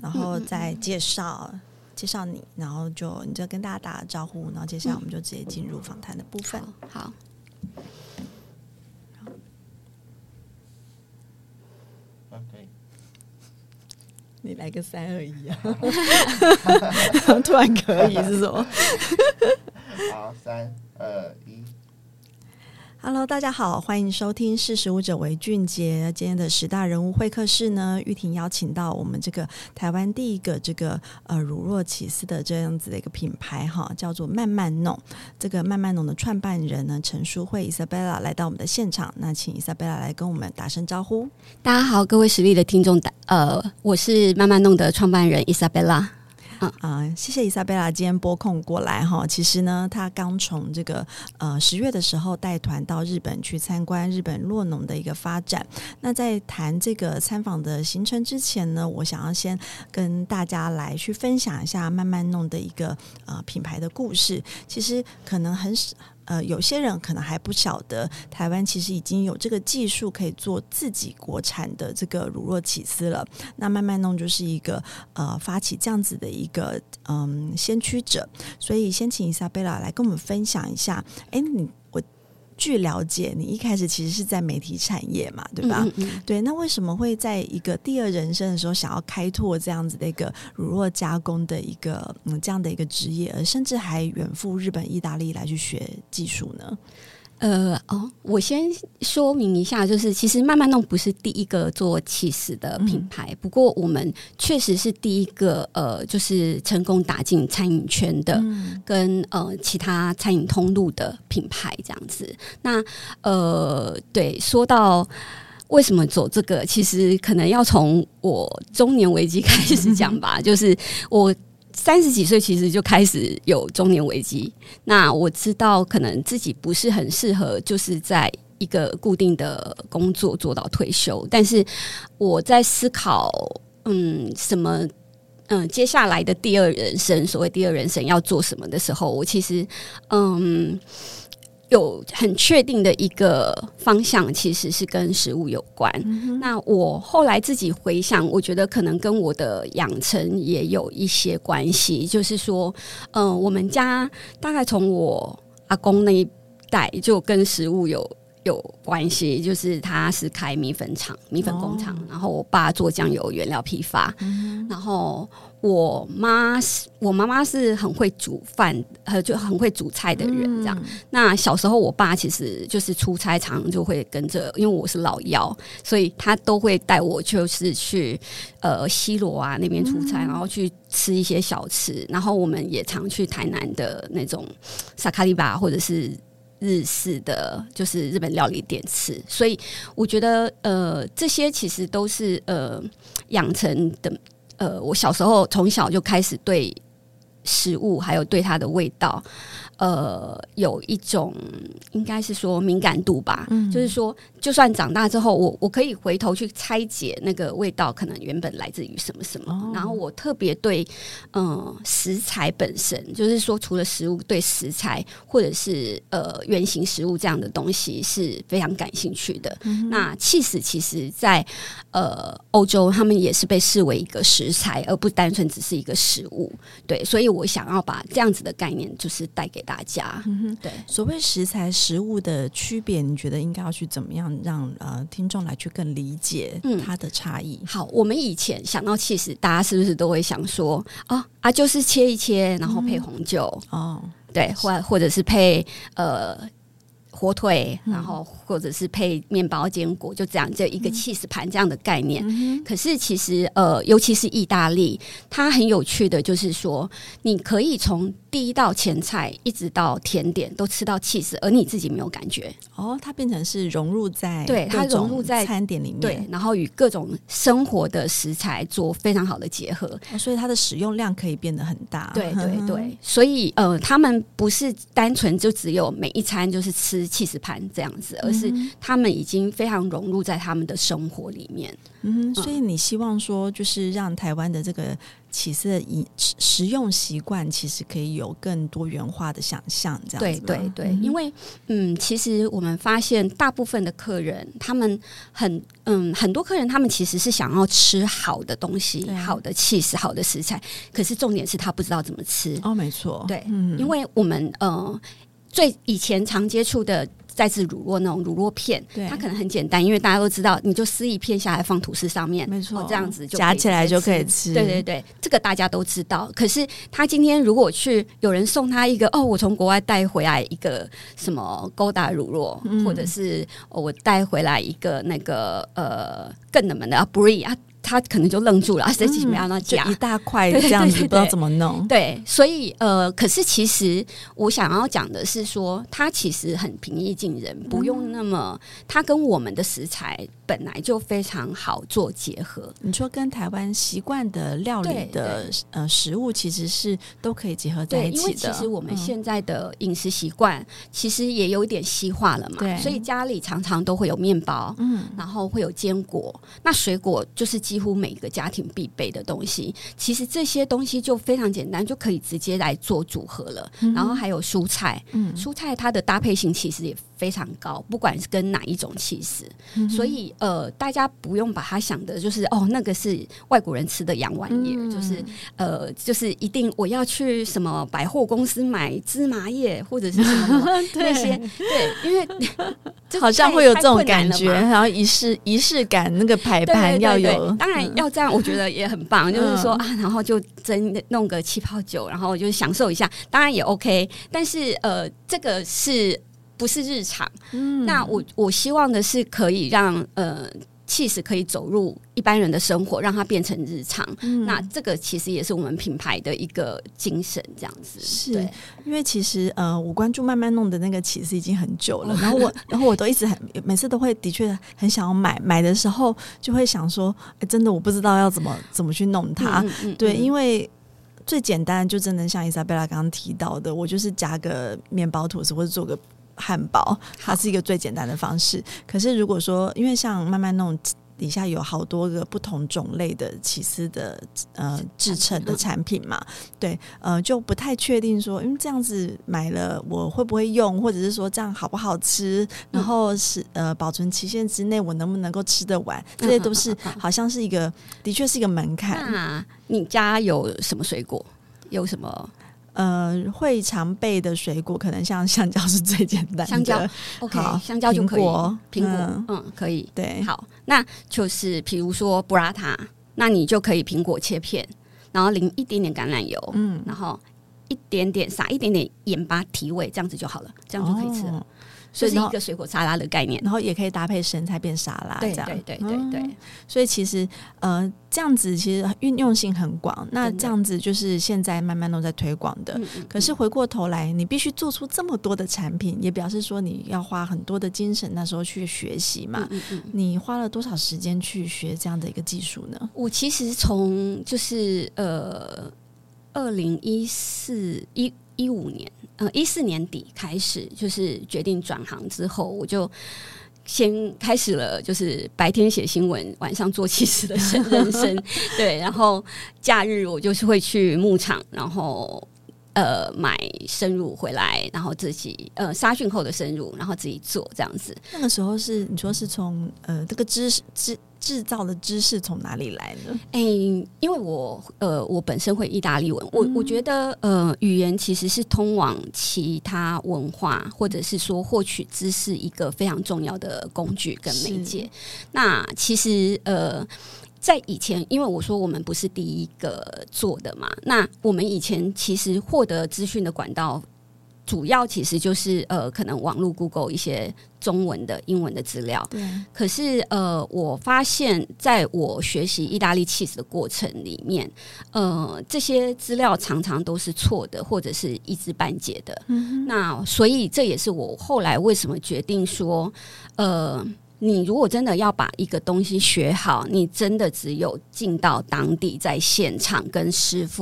然后再介绍你，然后你就跟大家打个招呼，然后接下来我们就直接进入访谈的部分。 好。 OK， 你来个3、2、1啊！突然可以是什么？ 好，3、2、1。 Hello， 大家好，欢迎收听识时务者为俊杰。今天的10大人物会客室呢，玉婷邀请到我们这个台湾第一个这个乳酪起司的这样子的一个品牌哈，叫做慢慢弄。这个慢慢弄的创办人呢，陈淑慧 Isabella 来到我们的现场，那请 Isabella 来跟我们打声招呼。 大家好，各位实力的听众，我是慢慢弄的创办人 Isabella。 谢谢伊莎贝拉今天拨空过来哈。其实呢，他刚从这个10月的时候带团到日本去参观日本酪农的一个发展。那在谈这个参访的行程之前呢，我想要先跟大家来去分享一下慢慢弄的一个品牌的故事。其实可能有些人可能还不晓得，台湾其实已经有这个技术可以做自己国产的这个乳酪起司了。那慢慢弄就是一个发起这样子的一个先驱者，所以先请伊莎贝拉来跟我们分享一下。我据了解，你一开始其实是在媒体产业嘛，对吧？对，那为什么会在一个第二人生的时候想要开拓这样子的一个乳酪加工的一个这样的一个职业，而甚至还远赴日本、意大利来去学技术呢？ 我先说明一下，就是其实慢慢弄不是第一个做起司的品牌，不过我们确实是第一个就是成功打进餐饮圈的，跟其他餐饮通路的品牌这样子。那对，说到为什么走这个，其实可能要从我中年危机开始讲吧，就是我30几岁其实就开始有中年危机，那我知道可能自己不是很适合就是在一个固定的工作做到退休，但是我在思考什么接下来的第二人生，所谓第二人生要做什么的时候，我其实有很确定的一个方向，其实是跟食物有关。那我后来自己回想，我觉得可能跟我的养成也有一些关系。就是说，我们家大概从我阿公那一代就跟食物有关系，就是他是开米粉工厂，然后我爸做酱油原料批发，然后我妈妈是很会煮饭，就很会煮菜的人这样。那小时候我爸其实就是出差常就会跟着，因为我是老幺，所以他都会带我就是去西螺啊那边出差，然后去吃一些小吃，然后我们也常去台南的那种萨卡利巴或者是日式的就是日本料理店吃，所以我觉得这些其实都是养成的。我小时候从小就开始对食物还有对它的味道有一种应该是说敏感度吧，就是说就算长大之后我可以回头去拆解那个味道可能原本来自于什么什么，然后我特别对食材本身，就是说除了食物，对食材或者是原型食物这样的东西是非常感兴趣的。那起司其实在欧洲他们也是被视为一个食材，而不单纯只是一个食物，对，所以我想要把这样子的概念就是带给大家。对， 所谓食材食物的区别，你觉得应该要去怎么样让听众来去更理解它的差异？ 好，我们以前想到起司，大家是不是都会想说就是切一切，然后配红酒对，或者是配火腿，然后或者是配面包坚果，就这样，就一个起司盘这样的概念。可是其实尤其是意大利，它很有趣的就是说，你可以从第一道前菜一直到甜点都吃到起司，而你自己没有感觉。 它变成是融入在对，它融入在餐点里面， 对，然后与各种生活的食材做非常好的结合， 所以它的使用量可以变得很大。 对对对，所以他们不是单纯就只有每一餐就是吃起司盘这样子，而是他们已经非常融入在他们的生活里面。 所以你希望说，就是让台湾的这个起司的食用习惯，其实可以有更多元化的想象，这样子。 对，因为其实我们发现大部分的客人，他们很多客人，他们其实是想要吃好的东西、好的起司、好的食材，可是重点是他不知道怎么吃。 没错， 对，因为我们最以前常接触的再制乳酪那种乳酪片，它可能很简单，因为大家都知道，你就撕一片下来放吐司上面， 没错， 这样子就夹起来就可以吃。 对，这个大家都知道。可是他今天如果有人送他一个我从国外带回来一个什么勾达乳酪，或者是我带回来一个那个更冷门的Brie啊。他可能就愣住了，这几秒那夹一大块这样子，不知道怎么弄。 对，所以可是其实我想要讲的是说，它其实很平易近人，不用那么，它跟我们的食材本来就非常好做结合。 你说跟台湾习惯的料理的食物，其实是都可以结合在一起的。 因为其实我们现在的饮食习惯其实也有一点西化了嘛， 对， 所以家里常常都会有面包，然后会有坚果，那水果就是几乎每个家庭必备的东西，其实这些东西就非常简单，就可以直接来做组合了。然后还有蔬菜，蔬菜它的搭配性其实也非常高，不管是跟哪一种起司，所以大家不用把它想的就是那个是外国人吃的洋玩意儿，就是一定我要去什么百货公司买芝麻叶或者是什么那些，对，因为好像会有这种感觉，然后仪式感，那个排盘要有。 当然要这样，我觉得也很棒。就是说然后就弄个气泡酒，然后就享受一下，当然也 OK。但是这个是不是日常？那我希望的是可以让cheese可以走入一般人的生活，让它变成日常。那这个其实也是我们品牌的一个精神，这样子。 是因为其实我关注慢慢弄的那个起司已经很久了，然后我都一直每次都会的确很想要买的时候就会想说，真的我不知道要怎么去弄它。对，因为最简单就真的像伊莎贝拉刚刚提到的，我就是加个面包吐司或者做个汉堡，它是一个最简单的方式。可是如果说因为像慢慢弄底下有好多个不同种类的起司的制成的产品嘛，对，就不太确定说这样子买了我会不会用，或者是说这样好不好吃，然后是保存期限之内我能不能够吃得完，这些都是好像是一个的确是一个门槛。 那你家有什么水果？有什么会常备的水果可能像香蕉是最简单的， 香蕉 OK， 香蕉就可以，苹果可以。对，好，那就是比如说布拉塔，那你就可以苹果切片，然后淋一点点橄榄油，然后撒一点点盐巴提味，这样子就好了，这样就可以吃了。所以是一个水果沙拉的概念， 然后也可以搭配生菜变沙拉，这样对。 所以其实这样子其实运用性很广，那这样子就是现在慢慢都在推广的。可是回过头来，你必须做出这么多的产品，也表示说你要花很多的精神那时候去学习嘛。你花了多少时间去学这样的一个技术呢？ 我其实从就是2014年底开始，就是决定转行之后，我就先开始了，就是白天写新闻，晚上做起司的人生。对，然后假日我就是会去牧场，然后买生乳回来，然后自己杀菌后的生乳，然后自己做这样子。 那个时候是你说是从这个制造的知识从哪里来呢？ 因为我本身会意大利文，我觉得语言其实是通往其他文化或者是说获取知识一个非常重要的工具跟媒介。那其实在以前，因为我说我们不是第一个做的嘛，那我们以前其实获得资讯的管道主要其实就是可能网络 Google 一些中文的英文的资料。 对。 可是我发现在我学习意大利 cheese 的过程里面，这些资料常常都是错的，或者是一知半解的。那所以这也是我后来为什么决定说你如果真的要把一个东西学好，你真的只有进到当地，在现场跟师傅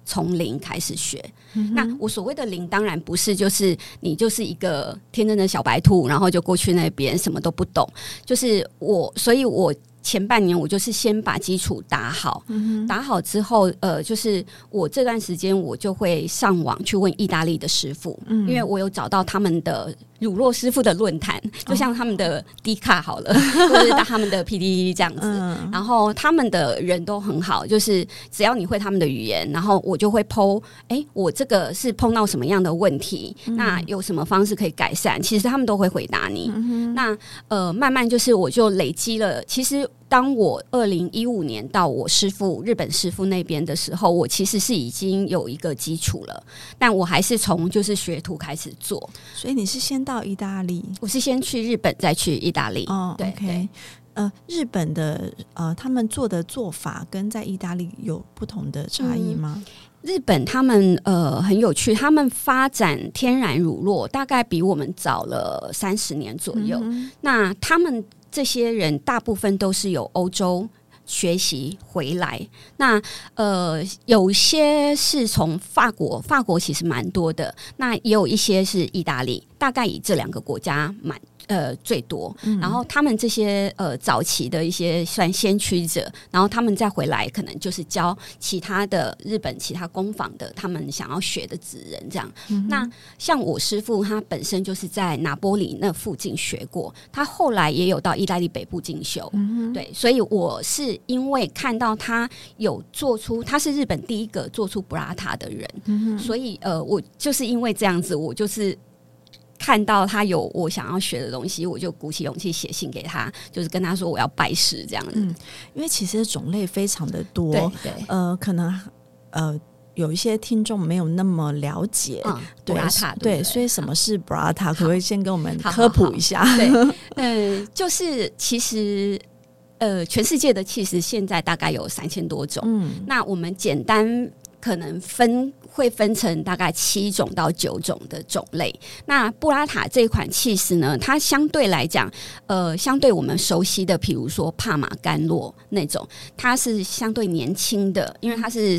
从零开始学。那我所谓的零，当然不是就是你就是一个天真的小白兔，然后就过去那边什么都不懂。就是所以我前半年我就是先把基础打好，打好之后，就是我这段时间我就会上网去问意大利的师傅，因为我有找到他们的乳酪师傅的论坛，就像他们的 D 卡好了，或者是他们的 PTT 这样子，然后他们的人都很好，就是只要你会他们的语言，然后我就会 po， 我这个是碰到什么样的问题，那有什么方式可以改善，其实他们都会回答你。那慢慢就是我就累积了，其实当我2015年到我日本师傅那边的时候，我其实是已经有一个基础了，但我还是从就是学徒开始做。 所以你是先到意大利？ 我是先去日本，再去意大利。对 ，OK。日本的他们做的做法跟在意大利有不同的差异吗？ 日本他们很有趣，他们发展天然乳酪大概比我们早了30年左右。那他们这些人大部分都是有欧洲学习回来，那有些是从法国其实蛮多的，那也有一些是意大利，大概以这2个国家最多，然后他们这些早期的一些算先驱者，然后他们再回来，可能就是教其他的日本其他工坊的他们想要学的职人这样。那像我师父，他本身就是在拿波里那附近学过，他后来也有到意大利北部进修。对，所以我是因为看到他有做出，他是日本第一个做出布拉塔的人，所以我就是因为这样子，我就是看到他有我想要学的东西，我就鼓起勇气写信给他，就是跟他说我要拜师这样子。 因为其实种类非常的多， 对， 可能有一些听众没有那么了解， 布拉塔， 对，所以什么是布拉塔？可不可以先跟我们科普一下？ 对，就是其实全世界的起司现在大概有3000多种，那我们简单可能会分成大概7种到9种的种类。那布拉塔这款起司呢，它相对来讲，相对我们熟悉的，比如说帕玛干酪那种，它是相对年轻的，因为它是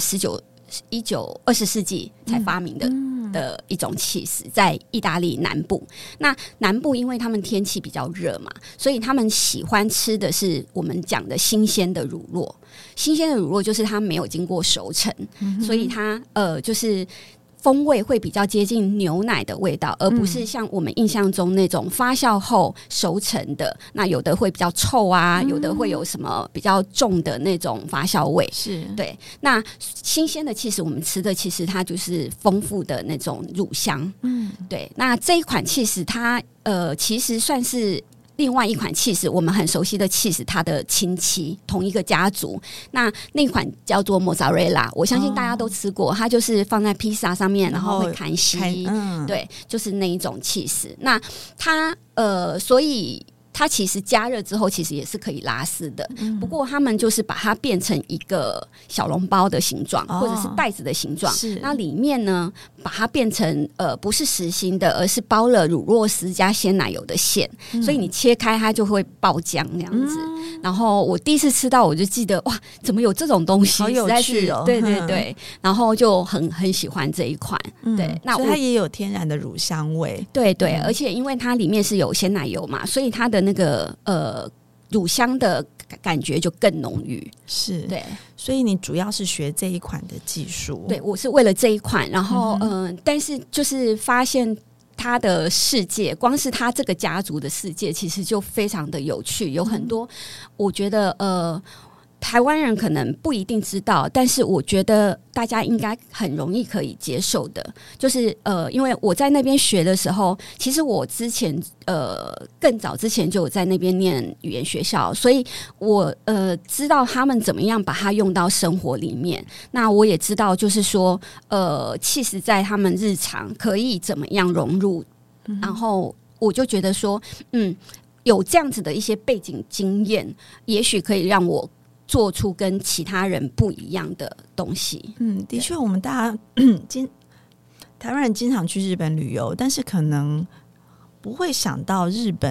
20世纪才发明的一种起司，在意大利南部。那南部因为他们天气比较热嘛，所以他们喜欢吃的是我们讲的新鲜的乳酪。新鲜的乳酪就是它没有经过熟成，所以它就是风味会比较接近牛奶的味道，而不是像我们印象中那种发酵后熟成的，那有的会比较臭啊，有的会有什么比较重的那种发酵味。 是，对。 那新鲜的起司我们吃的其实它就是丰富的那种乳香。对。那这一款起司它其实算是另外一款起司，我们很熟悉的起司，它的亲戚同一个家族。那款叫做莫扎瑞拉，我相信大家都吃过，它就是放在披萨上面，然后会砍锡，对，就是那一种起司。那它所以它其实加热之后其实也是可以拉丝的，不过他们就是把它变成一个小笼包的形状，或者是袋子的形状。那里面呢，把它变成不是实心的，而是包了乳酪丝加鲜奶油的馅，所以你切开它就会爆浆那样子。然后我第一次吃到，我就记得哇，怎么有这种东西？ 好有趣哦！ 对对对，然后就很喜欢这一款。对，那所以它也有天然的乳香味。 对对，而且因为它里面是有鲜奶油嘛，所以它的那个乳香的感觉就更浓郁。 是， 对， 所以你主要是学这一款的技术。 对，我是为了这一款，然后但是就是发现他的世界，光是他这个家族的世界其实就非常的有趣，有很多我觉得台湾人可能不一定知道，但是我觉得大家应该很容易可以接受的，就是因为我在那边学的时候，其实我之前更早之前就有在那边念语言学校，所以我知道他们怎么样把它用到生活里面。那我也知道，就是说其实在他们日常可以怎么样融入，然后我就觉得说，有这样子的一些背景经验，也许可以让我做出跟其他人不一样的东西。 的确，我们大家台湾人经常去日本旅游，但是可能不会想到日本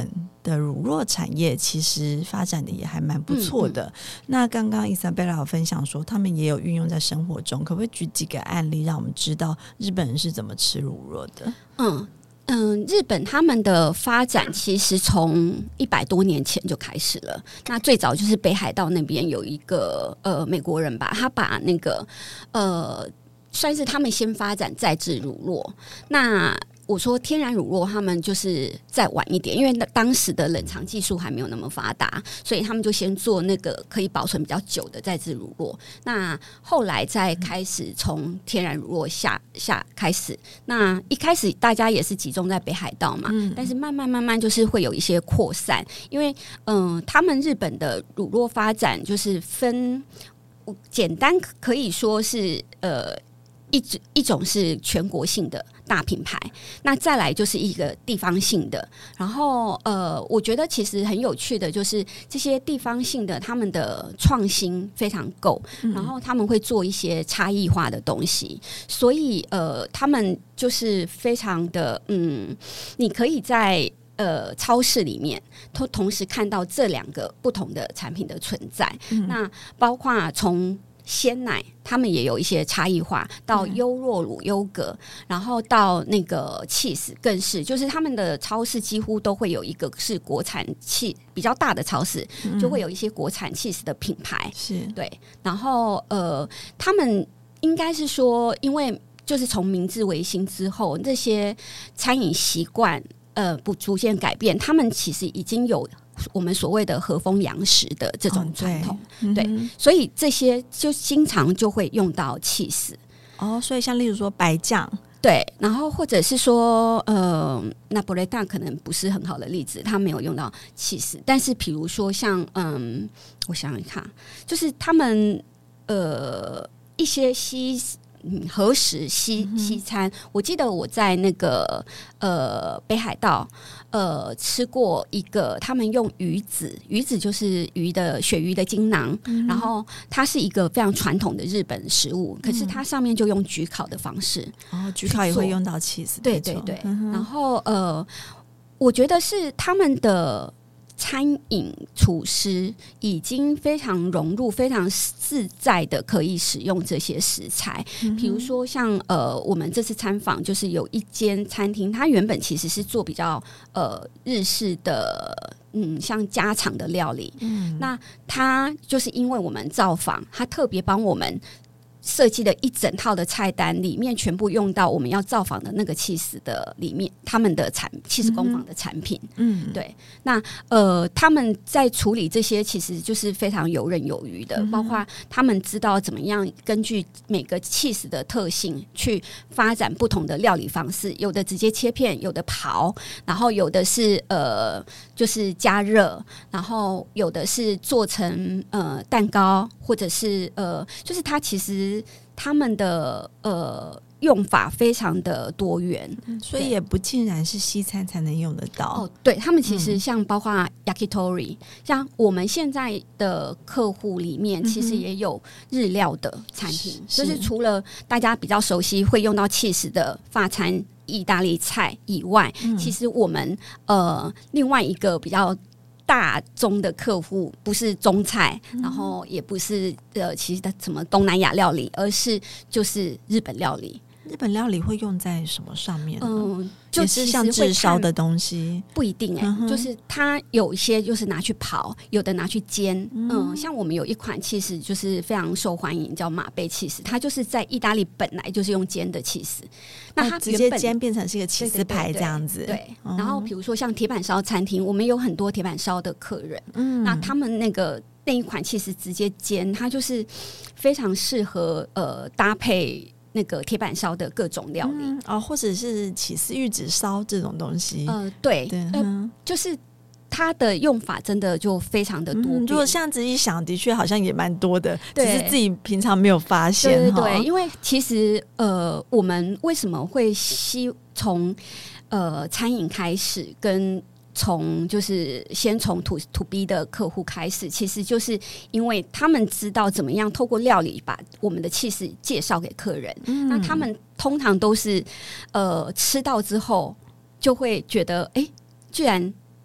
的乳酪产业其实发展的也还蛮不错的。那刚刚伊莎贝拉有分享说他们也有运用在生活中，可不可以举几个案例让我们知道日本人是怎么吃乳酪的？ 日本他们的发展其实从100多年前就开始了。那最早就是北海道那边有一个美国人吧，他把那个算是他们先发展再制乳酪。那我说天然乳酪他们就是再晚一点，因为当时的冷藏技术还没有那么发达，所以他们就先做那个可以保存比较久的再制乳酪。那后来再开始从天然乳酪下开始，那一开始大家也是集中在北海道嘛，但是慢慢就是会有一些扩散，因为他们日本的乳酪发展就是分简单可以说是一种是全国性的大品牌，那再来就是一个地方性的。然后我觉得其实很有趣的就是这些地方性的他们的创新非常够，然后他们会做一些差异化的东西，所以他们就是非常的你可以在超市里面同时看到这2个不同的产品的存在。那包括从鲜奶他们也有一些差异化，到优酪乳优格，然后到那个 cheese 更是，就是他们的超市几乎都会有一个是国产cheese，比较大的超市就会有一些国产 cheese 的品牌， 是对。 然后他们应该是说，因为就是从明治维新之后，这些餐饮习惯不逐渐改变，他们其实已经有我们所谓的和风洋食的这种传统，对，所以这些就经常就会用到cheese。 所以像例如说白酱， 对，然后或者是说那波雷达可能不是很好的例子，他没有用到cheese，但是比如说像我想想看，就是他们一些和食西餐，我记得我在那个北海道吃过一个，他们用鱼子就是鳕鱼的精囊，然后它是一个非常传统的日本食物，可是它上面就用焗烤的方式， 焗烤也会用到cheese， 对对对，然后我觉得是他们的餐饮厨师已经非常融入，非常自在的可以使用这些食材。比如说像我们这次参访就是有一间餐厅，它原本其实是做比较日式的像家常的料理，那它就是因为我们造访，它特别帮我们设计了一整套的菜单，里面全部用到我们要造访的那个cheese的里面，他们的cheese工坊的产品。对，那他们在处理这些其实就是非常游刃有余的，包括他们知道怎么样根据每个cheese的特性去发展不同的料理方式，有的直接切片，有的刨，然后有的是就是加热，然后有的是做成蛋糕，或者是就是它其实他们的用法非常的多元， 所以也不尽然是西餐才能用得到。 对，他们其实像包括 yakitori，像我们现在的客户里面，其实也有日料的产品，就是除了大家比较熟悉会用到cheese的法餐、意大利菜以外，其实我们另外一个比较大宗的客户不是中菜，然后也不是其实的什么东南亚料理，而是就是日本料理。 日本料理会用在什么上面呢？ 就也是像炙烧的东西， 不一定就是它有一些就是拿去刨，有的拿去煎。像我们有一款起司就是非常受欢迎，叫马贝起司，它就是在意大利本来就是用煎的起司，那它直接煎变成是一个起司牌这样子。 对，然后比如说像铁板烧餐厅，我们有很多铁板烧的客人，那他们那一款起司直接煎，它就是非常适合搭配那个铁板烧的各种料理， 或者是起司玉子烧这种东西。 对，就是它的用法真的就非常的多变。 如果这样子一想，的确好像也蛮多的，只是自己平常没有发现。 对，因为其实我们为什么会从餐饮开始跟就是先从 to B 的客户开始，其实就是因为他们知道怎么样透过料理把我们的起司介绍给客人，那他们通常都是吃到之后就会觉得居然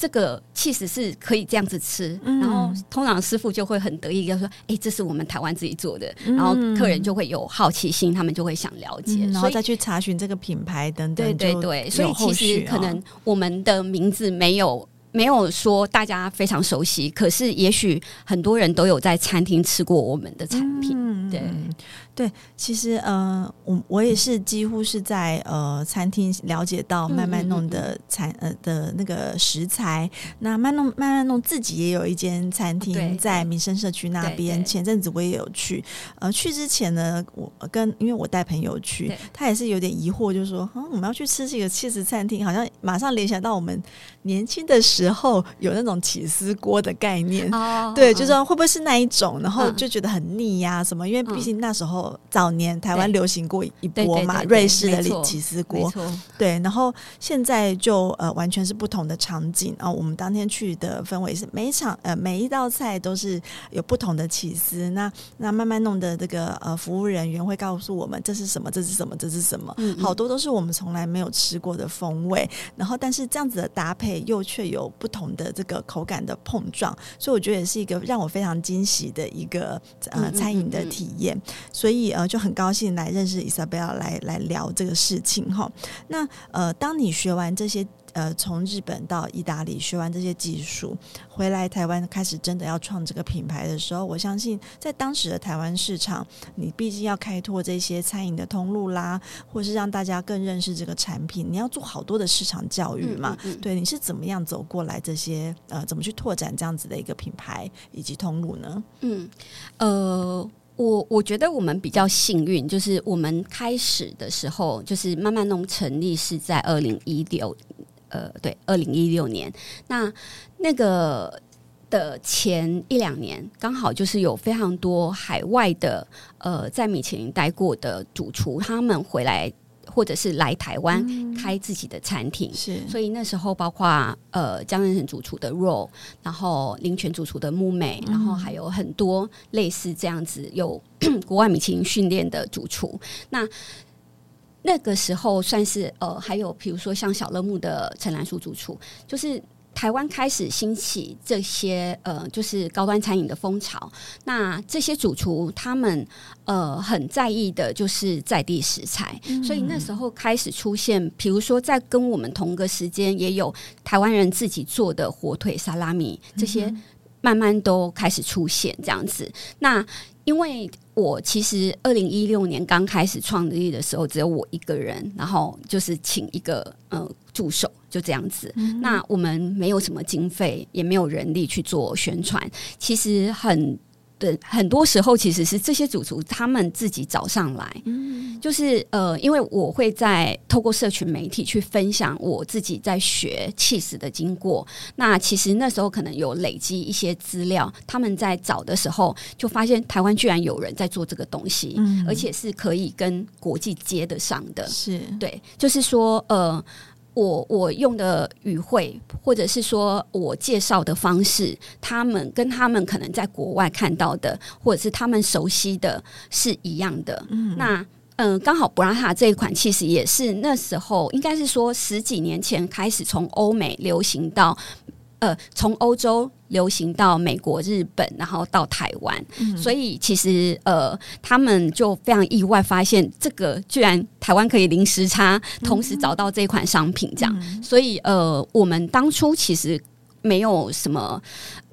这个其实是可以这样子吃，然后通常师傅就会很得意的说这是我们台湾自己做的，然后客人就会有好奇心，他们就会想了解， 然后再去查询这个品牌等等。 对对对，所以其实可能我们的名字没有说大家非常熟悉，可是也许很多人都有在餐厅吃过我们的产品。 对，其实我也是几乎是在餐厅了解到慢慢弄的的那个食材。那慢慢弄自己也有一间餐厅在民生社区那边，前阵子我也有去。去之前呢，因为我带朋友去，他也是有点疑惑，就说我们要去吃这个起司餐厅，好像马上联想到我们年轻的时候有那种起司锅的概念。对，就说会不会是那一种，然后就觉得很腻呀什么，因为毕竟那时候早年台湾流行过一波嘛，瑞士的起司锅，对，然后现在就完全是不同的场景啊。我们当天去的氛围是每一道菜都是有不同的起司，那慢慢弄的这个服务人员会告诉我们这是什么，这是什么，这是什么，好多都是我们从来没有吃过的风味，然后但是这样子的搭配又却有不同的这个口感的碰撞，所以我觉得也是一个让我非常惊喜的一个餐饮的体验。所以就很高兴来认识 Isabella 来聊这个事情哈。那当你学完这些从日本到意大利学完这些技术，回来台湾开始真的要创这个品牌的时候，我相信在当时的台湾市场，你毕竟要开拓这些餐饮的通路啦，或是让大家更认识这个产品，你要做好多的市场教育嘛。对，你是怎么样走过来这些怎么去拓展这样子的一个品牌以及通路呢？ 我觉得我们比较幸运，就是我们开始的时候，就是慢慢弄成立是在2016年，那个的前1-2年，刚好就是有非常多海外的在米其林待过的主厨，他们回来或者是来台湾开自己的餐厅，所以那时候包括江仁成主厨的 Raw， 然后林泉主厨的木美，然后还有很多类似这样子有国外米其林训练的主厨。那个时候算是还有比如说像小乐木的陈兰淑主厨，就是台湾开始兴起这些就是高端餐饮的风潮。那这些主厨他们很在意的就是在地食材，所以那时候开始出现，比如说在跟我们同个时间也有台湾人自己做的火腿、沙拉米，这些慢慢都开始出现这样子。那因为我其实2016年刚开始创立的时候只有我一个人，然后就是请一个助手，就这样子。那我们没有什么经费，也没有人力去做宣传，其实很多时候其实是这些主厨他们自己找上来，就是因为我会透过社群媒体去分享我自己在学cheese的经过。那其实那时候可能有累积一些资料，他们在找的时候就发现台湾居然有人在做这个东西，而且是可以跟国际接得上的。是对，就是说我用的语汇，或者是说我介绍的方式，他们可能在国外看到的，或者是他们熟悉的是一样的。那刚好布拉塔这一款其实也是那时候应该是说10几年前开始从欧美流行到从欧洲流行到美国、日本，然后到台湾，所以其实他们就非常意外发现这个居然台湾可以零时差同时找到这款商品这样。所以我们当初其实没有什么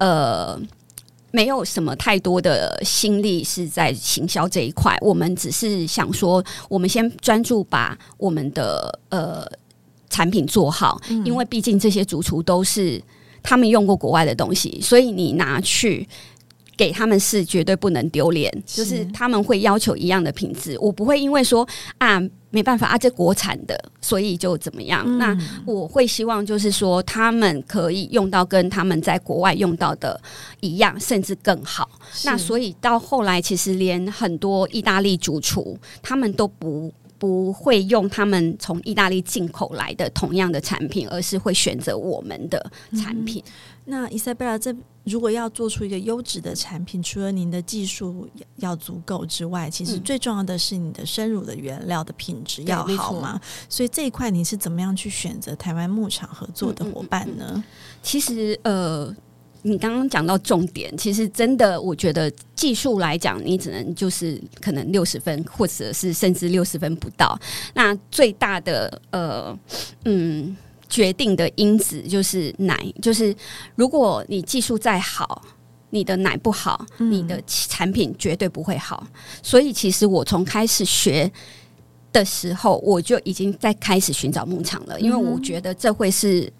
太多的心力是在行销这一块，我们只是想说我们先专注把我们的产品做好，因为毕竟这些主厨都是他们用过国外的东西，所以你拿去给他们是绝对不能丢脸，就是他们会要求一样的品质，我不会因为说没办法这国产的所以就怎么样。那我会希望就是说他们可以用到跟他们在国外用到的一样，甚至更好。那所以到后来其实连很多意大利主厨他们都不会用他们从意大利进口来的同样的产品，而是会选择我们的产品。 那 Isabella， 这如果要做出一个优质的产品，除了您的技术要足够之外，其实最重要的是你的生乳的原料的品质要好嘛。所以这一块你是怎么样去选择台湾牧场合作的伙伴呢？ 其实你刚刚讲到重点，其实真的我觉得技术来讲，你只能就是可能60分，或者是甚至60分不到。那最大的决定的因子就是奶，就是如果你技术再好，你的奶不好，你的产品绝对不会好。所以其实我从开始学的时候，我就已经在开始寻找牧场了，因为我觉得这会是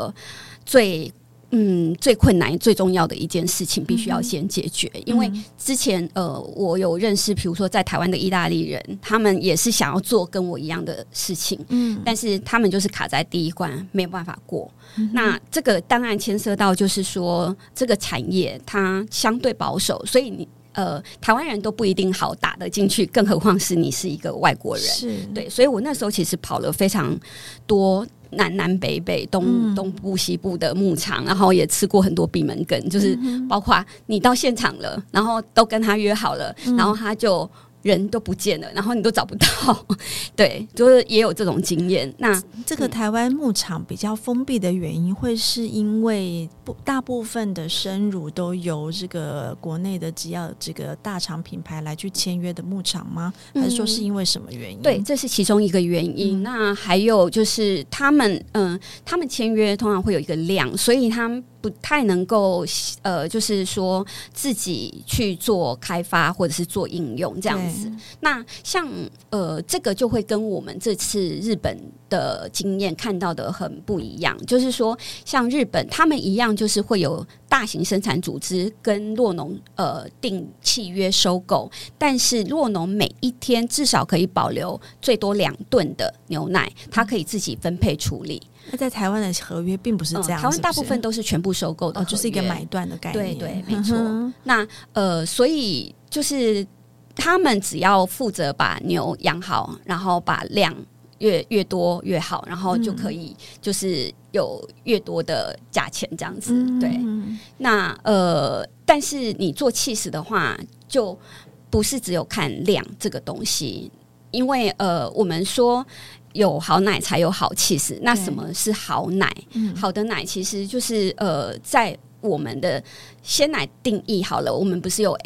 最困难、最重要的一件事情，必须要先解决。因为之前我有认识，比如说在台湾的意大利人，他们也是想要做跟我一样的事情，但是他们就是卡在第一关，没有办法过。那这个当然牵涉到，就是说这个产业它相对保守，所以你台湾人都不一定好打得进去，更何况是你是一个外国人。 是对，所以我那时候其实跑了非常多南北东部西部的牧场，然后也吃过很多闭门羹，就是包括你到现场了，然后都跟他约好了，然后他就人都不见了，然后你都找不到。对，就是也有这种经验。那这个台湾牧场比较封闭的原因，会是因为大部分的生乳都由这个国内的只要这个大厂品牌来去签约的牧场吗？还是说是因为什么原因？ 对，这是其中一个原因。那还有就是他们签约通常会有一个量，所以他们不太能够就是说自己去做开发或者是做应用这样子。那像这个就会跟我们这次日本的经验看到的很不一样，就是说像日本他们一样就是会有大型生产组织跟酪农订契约收购，但是酪农每一天至少可以保留最多2吨的牛奶，它可以自己分配处理。 那在台湾的合约并不是这样， 台湾大部分都是全部收购的， 就是一个买断的概念。 对，没错。那所以就是他们只要负责把牛养好，然后把量越多越好，然后就可以就是有越多的价钱这样子。对，那但是你做cheese的话，就不是只有看量这个东西，因为我们说有好奶才有好cheese。那什么是好奶？好的奶其实就是在我们的鲜奶定义好了，我们不是有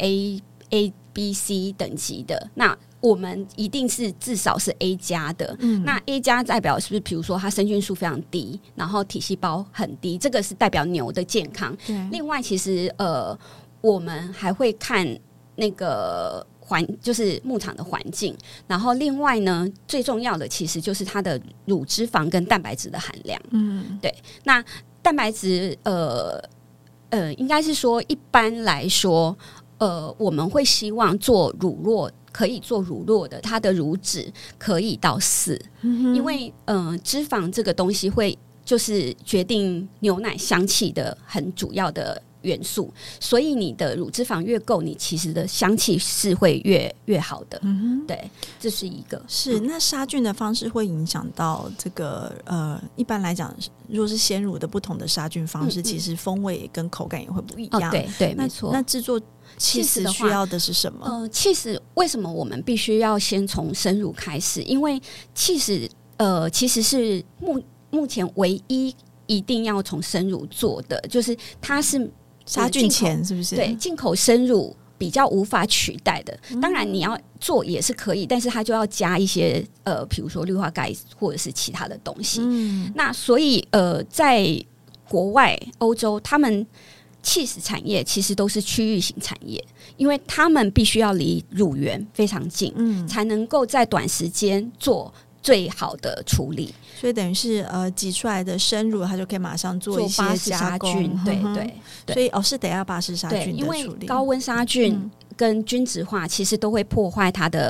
A、B、C 等级的，那我们一定是至少是 A 加的。那 A 加代表是不是比如说它生菌数非常低，然后体细胞很低，这个是代表牛的健康。另外其实我们还会看那个就是牧场的环境，然后另外呢最重要的其实就是它的乳脂肪跟蛋白质的含量。对，那蛋白质应该是说一般来说我们会希望做乳酪，可以做乳酪的，它的乳脂可以到4，因为脂肪这个东西会就是决定牛奶香气的很主要的元素，所以你的乳脂肪越够，你其实的香气是会越好的。对，这是一个。 是那杀菌的方式会影响到这个一般来讲，如果是鲜乳的不同的杀菌方式，其实风味跟口感也会不一样。 对，没错。 那制作cheese需要的是什么 ？cheese为什么我们必须要先从生乳开始？因为cheese其实是目前唯一一定要从生乳做的，就是它是杀菌前是不是？ 对，进口生乳比较无法取代的。当然你要做也是可以，但是它就要加一些比如说氯化钙或者是其他的东西。那所以在国外欧洲，他们cheese产业其实都是区域型产业，因为他们必须要离乳源非常近，才能够在短时间做最好的处理。 所以等于是挤出来的生乳，它就可以马上做一些加工。 对， 所以是得要巴氏杀菌的处理， 因为高温杀菌跟均质化其实都会破坏它的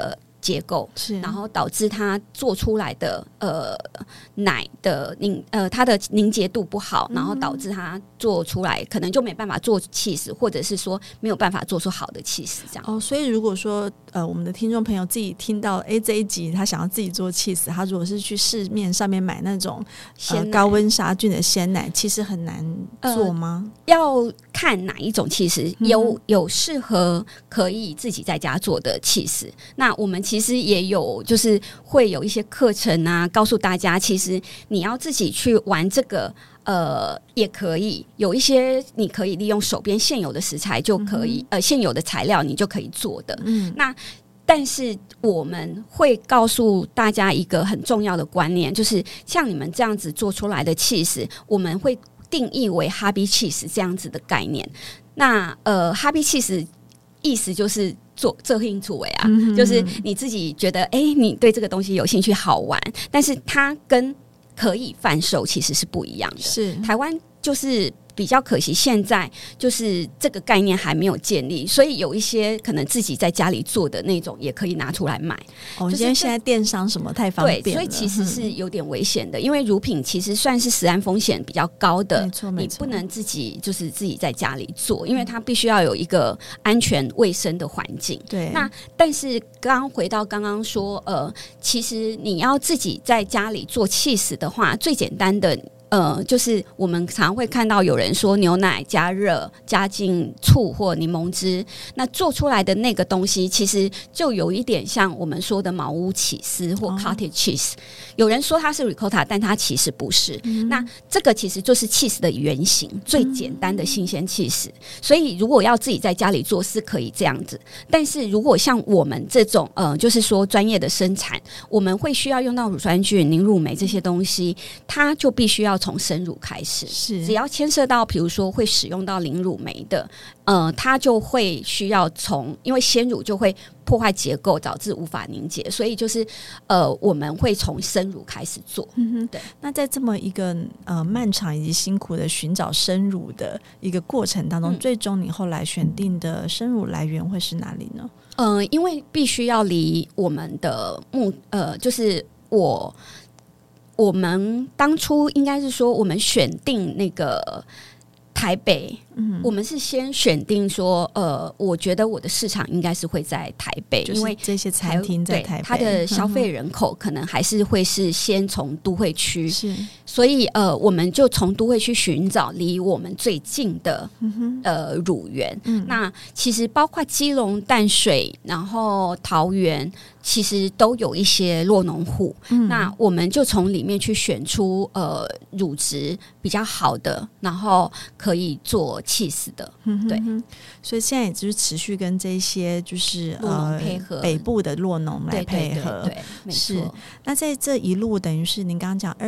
结构， 是， 然后导致它做出来的奶的它的凝结度不好，然后导致它做出来可能就没办法做cheese，或者是说没有办法做出好的cheese这样。 哦，所以如果说我们的听众朋友自己听到这一集他想要自己做cheese，他如果是去市面上面买那种高温杀菌的鲜奶，其实很难做吗？ 要看哪一种cheese，有适合可以自己在家做的cheese。那我们其实也有，就是会有一些课程啊，告诉大家，其实你要自己去玩这个。也可以有一些你可以利用手边现有的食材就可以，现有的材料你就可以做的。那但是我们会告诉大家一个很重要的观念，就是像你们这样子做出来的cheese，我们会定义为 hobby cheese 这样子的概念。那hobby cheese 意思就是做这兴趣味啊，就是你自己觉得你对这个东西有兴趣好玩，但是它跟可以贩售其实是不一样的。 是台湾就是比较可惜，现在就是这个概念还没有建立，所以有一些可能自己在家里做的那种也可以拿出来卖。 因为现在电商什么太方便了， 对，所以其实是有点危险的，因为乳品其实算是食安风险比较高的， 没错， 你不能自己在家里做，因为它必须要有一个安全卫生的环境。 对， 那但是回到刚刚说，其实你要自己在家里做cheese的话，最简单的。就是我们常会看到有人说牛奶加热加进醋或柠檬汁，那做出来的那个东西其实就有一点像我们说的茅屋起司或 cottage cheese，有人说它是 ricotta， 但它其实不是。那这个其实就是 cheese 的原型，最简单的新鲜 cheese。所以如果要自己在家里做是可以这样子，但是如果像我们这种就是说专业的生产，我们会需要用到乳酸菌、凝乳酶这些东西，它就必须要从生乳开始， 是只要牵涉到比如说会使用到凝乳酶的，它就会需要因为鲜乳就会破坏结构，导致无法凝结，所以就是我们会从生乳开始做。对。 那在这么一个漫长以及辛苦的寻找生乳的一个过程当中，最终你后来选定的生乳来源会是哪里呢？ 因为必须要离我们的就是我们当初应该是说，我们选定那个台北，我们是先选定说，我觉得我的市场应该是会在台北， 就是因为这些餐厅在台北， 它的消费人口可能还是会是先从都会区， 是， 所以我们就从都会区寻找离我们最近的乳源。那其实包括基隆、淡水，然后桃园。其实都有一些酪农户，那我们就从里面去选出乳质比较好的，然后可以做cheese的，对。 所以现在也就是持续跟这些就是酪农配合， 北部的酪农来配合， 对，没错。 那在这一路等于是您刚刚讲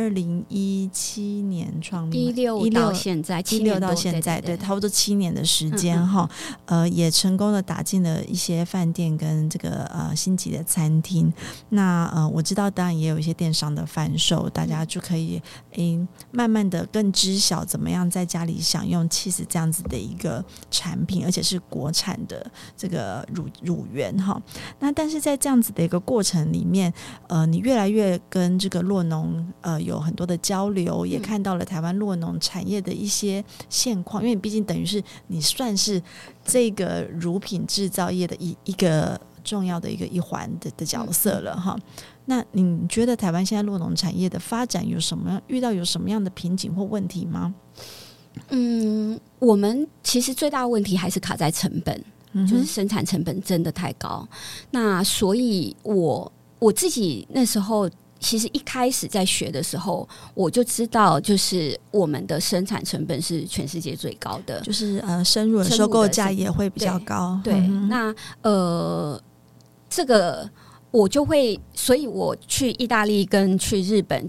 2017年创立 16到现在 ，16到现在，对，差不多7年的时间哈。也成功的打进了一些饭店跟这个星级的餐厅。那我知道当然也有一些电商的贩售，大家就可以慢慢的更知晓怎么样在家里享用cheese这样子的一个产品，而且是国产的这个乳源哈。那但是在这样子的一个过程里面，你越来越跟这个酪农有很多的交流，也看到了台湾酪农产业的一些现况，因为你毕竟等于是你算是这个乳品制造业的一个重要的一环的角色了哈。那你觉得台湾现在酪农产业的发展遇到有什么样的瓶颈或问题吗？ 我们其实最大的问题还是卡在成本，就是生产成本真的太高。那所以我自己那时候其实一开始在学的时候，我就知道，就是我们的生产成本是全世界最高的， 就是生乳的收购价也会比较高。 对，那这个我就会，所以我去意大利跟去日本，就是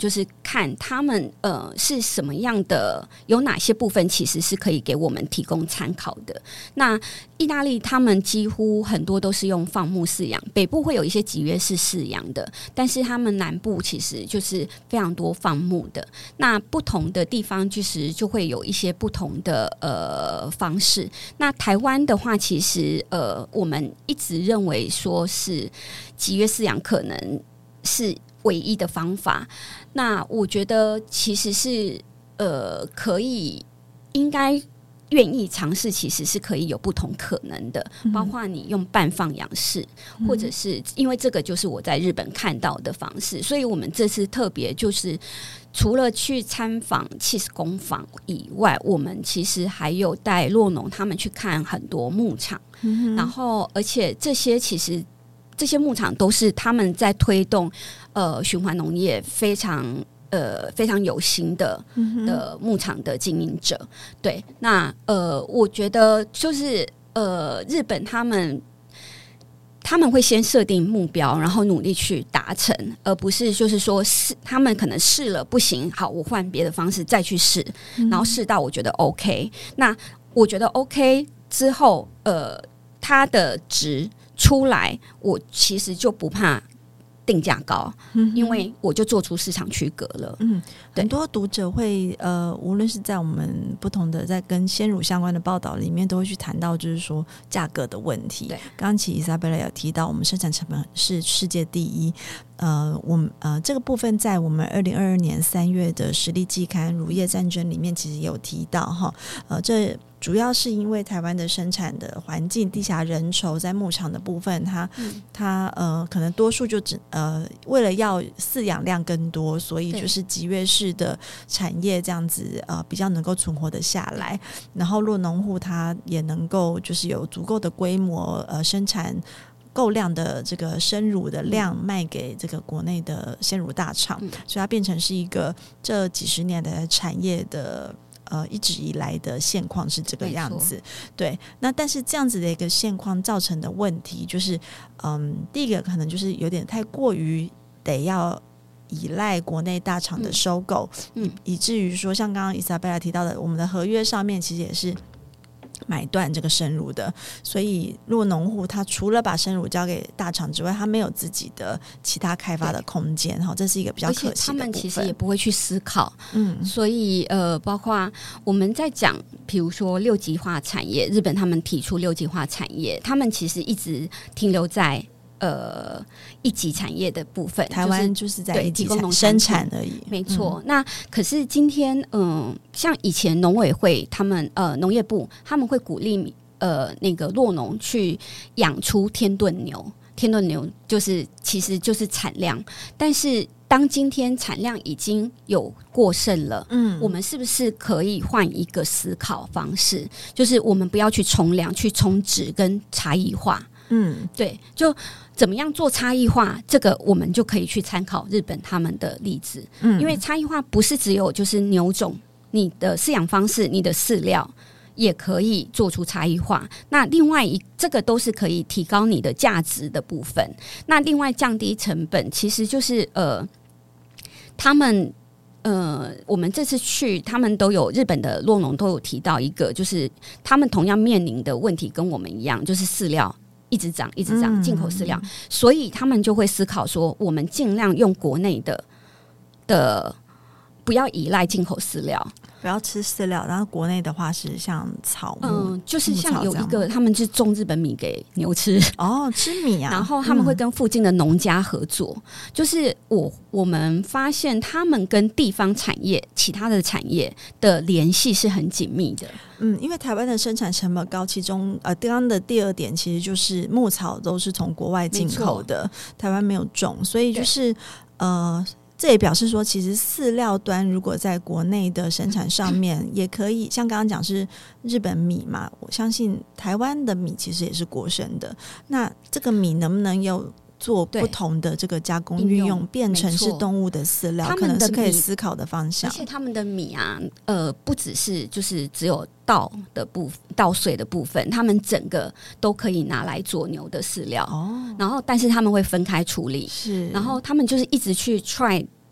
看他们是什么样的，有哪些部分其实是可以给我们提供参考的。那意大利他们几乎很多都是用放牧饲养，北部会有一些集约式饲养的，但是他们南部其实就是非常多放牧的。那不同的地方其实就会有一些不同的方式。那台湾的话，其实我们一直认为说是集约饲养可能是唯一的方法。那我觉得其实是可以应该愿意尝试，其实是可以有不同可能的，包括你用半放养式，或者是因为这个就是我在日本看到的方式，所以我们这次特别就是除了去参访cheese工坊以外，我们其实还有带酪农他们去看很多牧场，然后而且这些牧场都是他们在推动循环农业非常有心的牧场的经营者。对，那我觉得就是日本他们会先设定目标，然后努力去达成，而不是就是说他们可能试了不行，好，我换别的方式再去试，然后试到我觉得 OK， 那我觉得 OK 之后，它的值出来，我其实就不怕定价高，因为我就做出市场区隔了。很多读者会无论是在我们不同的在跟鲜乳相关的报道里面，都会去谈到就是说价格的问题。刚刚其实伊莎贝拉有提到，我们生产成本是世界第一。我们这个部分在我们2022年3月的实力季刊《乳业战争》里面其实也有提到哈。这主要是因为台湾的生产的环境、地狭人稠，在牧场的部分，它可能多数就为了要饲养量更多，所以就是集约式的产业这样子比较能够存活的下来。然后酪农户它也能够就是有足够的规模生产够量的这个生乳的量卖给这个国内的鲜乳大厂，所以它变成是一个这几十年的产业的一直以来的现况是这个样子。对，那但是这样子的一个现况造成的问题就是第一个可能就是有点太过于得要依赖国内大厂的收购，以至于说像刚刚伊莎贝拉提到的，我们的合约上面其实也是买断这个生乳的，所以酪农户他除了把生乳交给大厂之外，他没有自己的其他开发的空间，这是一个比较可惜的部分。而且他们其实也不会去思考，所以包括我们在讲比如说六级化产业，日本他们提出六级化产业，他们其实一直停留在一级产业的部分，台湾就是在一级生产而已，没错。那可是今天像以前农委会他们农业部他们会鼓励那个酪农去养出天顿牛，天顿牛就是其实就是产量，但是当今天产量已经有过剩了，我们是不是可以换一个思考方式，就是我们不要去冲量，去冲质跟差异化。对，就怎么样做差异化，这个我们就可以去参考日本他们的例子。因为差异化不是只有就是牛种，你的饲养方式、你的饲料也可以做出差异化。那另外这个都是可以提高你的价值的部分。那另外降低成本，其实就是他们我们这次去，他们都有日本的酪农都有提到一个，就是他们同样面临的问题跟我们一样，就是饲料一直涨，进口饲料，所以他们就会思考说，我们尽量用国内的，不要依赖进口饲料。不要吃饲料，然后国内的话是像草木，就是像有一个他们是种日本米给牛吃吃米啊，然后他们会跟附近的农家合作，就是我们发现他们跟地方产业、其他的产业的联系是很紧密的。因为台湾的生产成本高，其中刚刚的第二点其实就是牧草都是从国外进口的，台湾没有种，所以就是这也表示说，其实饲料端如果在国内的生产上面也可以，像刚刚讲是日本米嘛，我相信台湾的米其实也是国生的。那这个米能不能有做不同的这个加工运用，变成是动物的饲料，可能是可以思考的方向。而且他们的米啊，不只是就是只有稻穗的部分，他们整个都可以拿来做牛的饲料。然后但是他们会分开处理，然后他们就是一直去 try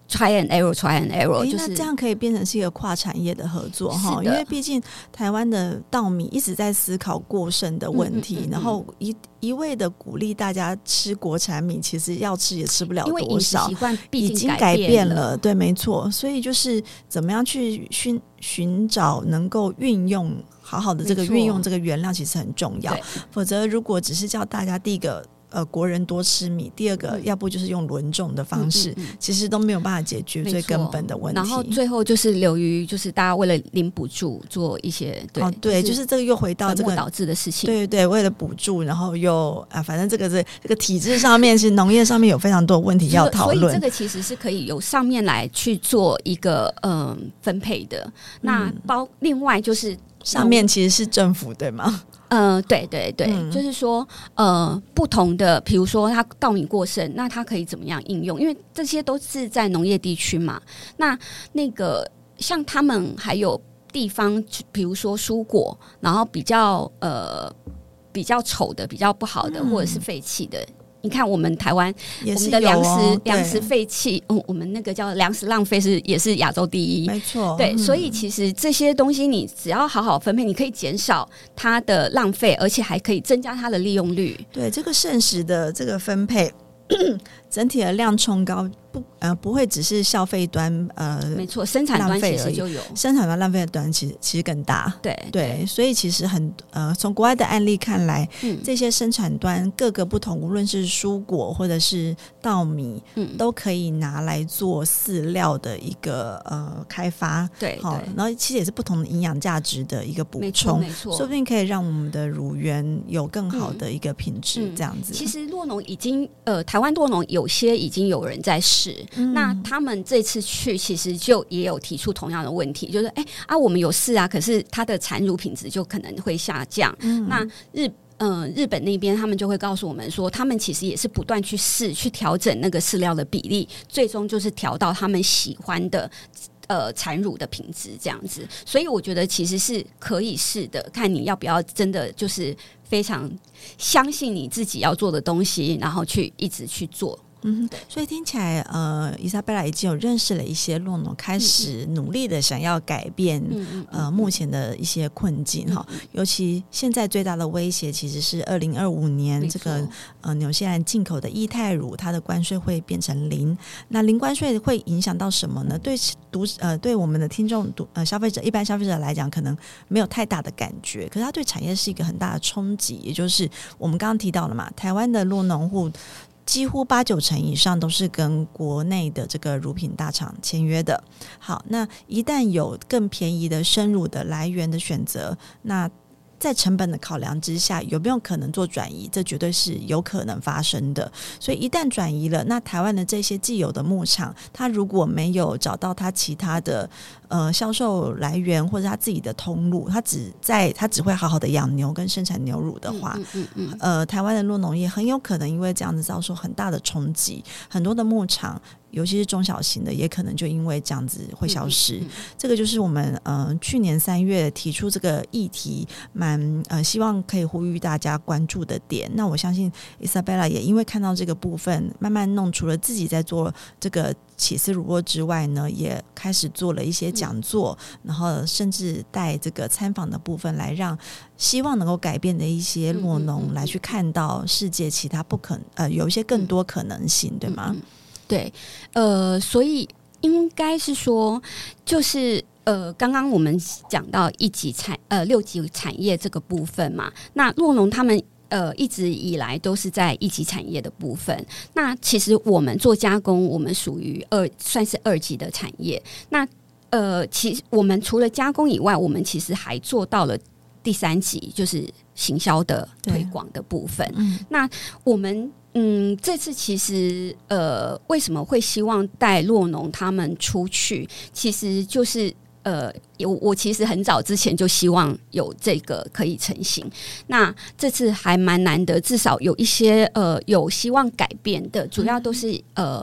try and error， 就是那这样可以变成是一个跨产业的合作哈， 因为毕竟台湾的稻米一直在思考过剩的问题，然后一味的鼓励大家吃国产米，其实要吃也吃不了多少， 因为饮食习惯已经改变了，对，没错。所以就是怎么样去寻找能够运用好好的这个运用这个原料，其实很重要。否则如果只是叫大家第一个国人多吃米，第二个要不就是用轮种的方式，其实都没有办法解决最根本的问题。 然后最后就是流于就是大家为了领补助做一些对，就是这个又回到这个导致的事情。 对，为了补助，然后又反正这个体制上面是农业上面有非常多的问题要讨论， 所以这个其实是可以由上面来去做一个分配的。那另外就是上面其实是政府对吗？ 对，就是说，不同的，比如说它稻米过剩，那它可以怎么样应用？因为这些都是在农业地区嘛。那个像他们还有地方，比如说蔬果，然后比较丑的、比较不好的，或者是废弃的。你看，我们台湾我们的粮食废弃，我们那个叫粮食浪费也是亚洲第一， 没错。 对，所以其实这些东西你只要好好分配，你可以减少它的浪费，而且还可以增加它的利用率。 对，这个剩食的这个分配，整体的量冲高，不会只是消费端没错，生产端其实就有， 生产端浪费的端其实更大。 对， 所以其实从国外的案例看来，这些生产端各个不同，无论是蔬果或者是稻米，都可以拿来做饲料的一个开发。 对， 然后其实也是不同的营养价值的一个补充， 没错， 说不定可以让我们的乳源有更好的一个品质。这样子， 其实酪农已经台湾酪农有些已经有人在试。那他们这次去其实就也有提出同样的问题，就是我们有试啊，可是它的产乳品质就可能会下降。那日本那边他们就会告诉我们说，他们其实也是不断去试，去调整那个饲料的比例，最终就是调到他们喜欢的产乳的品质这样子。所以我觉得其实是可以试的，看你要不要真的就是非常相信你自己要做的东西，然后去一直去做。 所以听起来伊莎贝拉已经有认识了一些酪农，开始努力的想要改变目前的一些困境尤其现在最大的威胁其实是2025年这个纽西兰进口的液态乳，它的关税会变成0。那零关税会影响到什么呢？对我们的听众消费者一般消费者来讲可能没有太大的感觉，可是它对产业是一个很大的冲击。也就是我们刚刚提到了嘛，台湾的酪农户几乎8-9成以上都是跟国内的这个乳品大厂签约的。好，那一旦有更便宜的生乳的来源的选择，那在成本的考量之下，有没有可能做转移？这绝对是有可能发生的。所以一旦转移了，那台湾的这些既有的牧场，它如果没有找到它其他的销售来源或者它自己的通路，它只会好好的养牛跟生产牛乳的话，台湾的酪农业很有可能因为这样子遭受很大的冲击，很多的牧场尤其是中小型的也可能就因为这样子会消失。这个就是我们去年3月提出这个议题，希望可以呼吁大家关注的点。那我相信 Isabella 也因为看到这个部分，慢慢弄除了自己在做这个起司乳酪之外呢，也开始做了一些讲座，然后甚至带这个参访的部分来让希望能够改变的一些酪农来去看到世界其他有一些更多可能性，对吗？ 对，所以应该是说，就是刚刚我们讲到6级产业这个部分嘛，那酪农他们一直以来都是在1级产业的部分。那其实我们做加工，我们属于算是2级的产业。那其实我们除了加工以外，我们其实还做到了第3级，就是行销的推广的部分。那我们这次其实为什么会希望带酪农他们出去，其实就是我其实很早之前就希望有这个可以成型。那这次还蛮难得，至少有一些有希望改变的，主要都是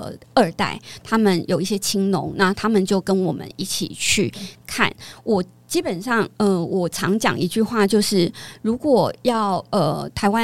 2代，他们有一些青农，那他们就跟我们一起去看。我基本上我常讲一句话，就是如果要台湾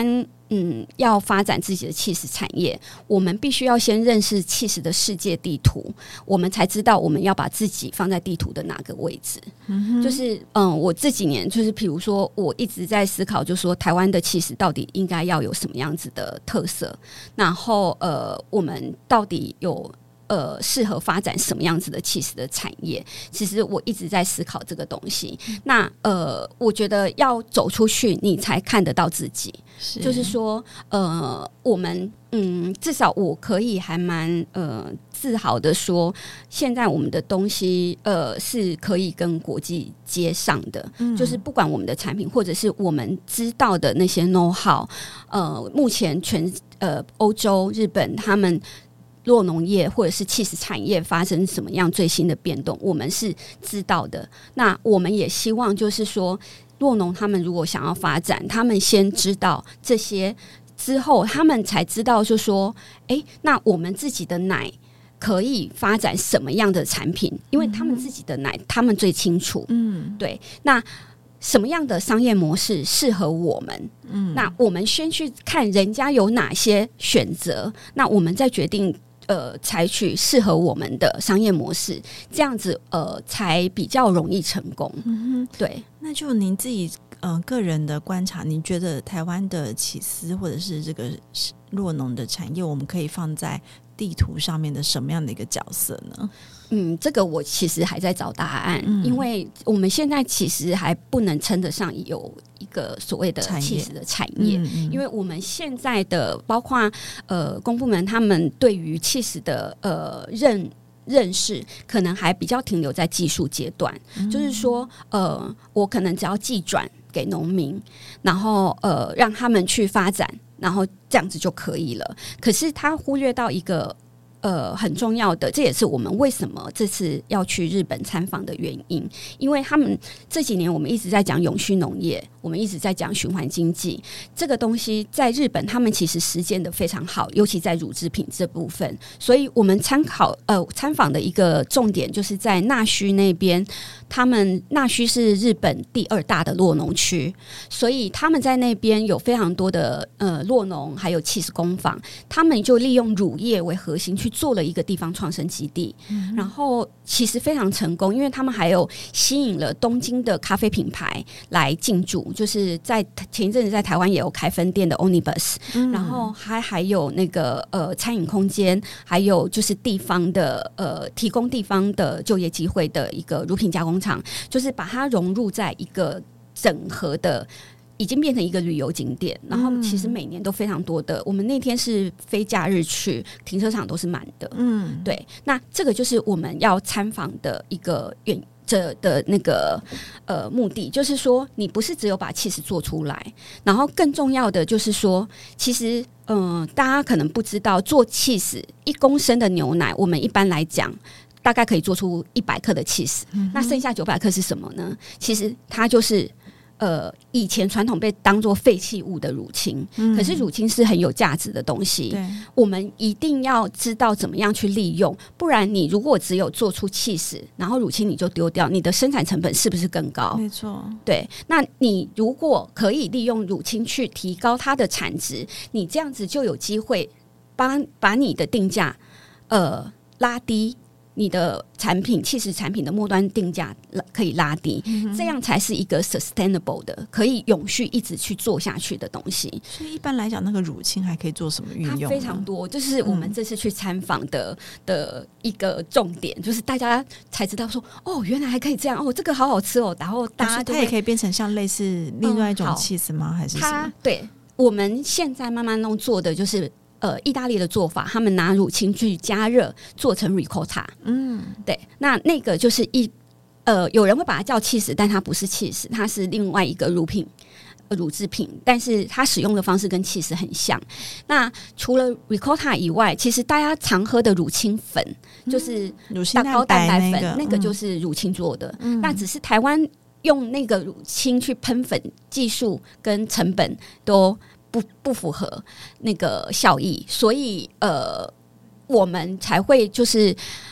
要发展自己的起司产业，我们必须要先认识起司的世界地图，我们才知道我们要把自己放在地图的哪个位置。就是我这几年就是比如说我一直在思考，就是说台湾的起司到底应该要有什么样子的特色，然后我们到底有适合发展什么样子的起司的产业？其实我一直在思考这个东西。那我觉得要走出去，你才看得到自己。就是说，我们至少我可以还蛮自豪的说，现在我们的东西是可以跟国际接上的。就是不管我们的产品，或者是我们知道的那些 know how，目前欧洲、日本他们酪农业或者是起司产业发生什么样最新的变动，我们是知道的。那我们也希望就是说，酪农他们如果想要发展，他们先知道这些之后，他们才知道就说，那我们自己的奶可以发展什么样的产品？因为他们自己的奶，他们最清楚。对，那什么样的商业模式适合我们？那我们先去看人家有哪些选择，那我们再决定采取适合我们的商业模式，这样子才比较容易成功。对。 那就您自己个人的观察，你觉得台湾的起司或者是这个酪农的产业，我们可以放在地图上面的什么样的一个角色呢？ 这个我其实还在找答案，因为我们现在其实还不能称得上有一个所谓的起司的产业，因为我们现在的包括公部门他们对于起司的认识可能还比较停留在技术阶段，就是说我可能只要技转给农民，然后让他们去发展，然后这样子就可以了。可是他忽略到一个很重要的，这也是我们为什么这次要去日本参访的原因。因为他们这几年我们一直在讲永续农业，我们一直在讲循环经济，这个东西在日本他们其实实践的非常好，尤其在乳制品这部分。所以我们参访的一个重点就是在纳须那边，他们纳须是日本第2大的酪农区，所以他们在那边有非常多的酪农还有起司工坊，他们就利用乳业为核心去做了一个地方创生基地，然后其实非常成功，因为他们还有吸引了东京的咖啡品牌来进驻，就是在前一阵子在台湾也有开分店的 Onibus，然后还有那个餐饮空间，还有就是地方的提供地方的就业机会的一个乳品加工厂，就是把它融入在一个整合的。已经变成一个旅游景点，然后其实每年都非常多的。我们那天是非假日去，停车场都是满的。对，那这个就是我们要参访的一个的那个目的，就是说你不是只有把起司做出来，然后更重要的就是说，其实大家可能不知道，做起司1公升的牛奶，我们一般来讲。大概可以做出100克的起司，那剩下900克是什么呢？其实它就是以前传统被当作废弃物的乳清，可是乳清是很有价值的东西，我们一定要知道怎么样去利用，不然你如果只有做出起司，然后乳清你就丢掉，你的生产成本是不是更高？ 没错， 对。那你如果可以利用乳清去提高它的产值，你这样子就有机会把你的定价拉低。你的产品起司产品的末端定价可以拉低，这样才是一个 sustainable 的可以永续一直去做下去的东西。 所以一般来讲，那个乳清还可以做什么运用？ 它非常多，就是我们这次去参访的一个重点，就是大家才知道说，原来还可以这样，这个好好吃哦。然后大家它也可以变成像类似另外一种起司吗？还是什么？ 对，我们现在慢慢弄做的就是。意大利的做法，他们拿乳清去加热做成 ricotta， 对，那个就是有人会把它叫起司，但它不是起司，它是另外一个乳制品，但是它使用的方式跟起司很像。那除了 ricotta 以外，其实大家常喝的乳清粉，就是高蛋白粉，那个就是乳清做的。那只是台湾用那个乳清去喷粉技术跟成本都。不符合那个效益，所以我们才会就是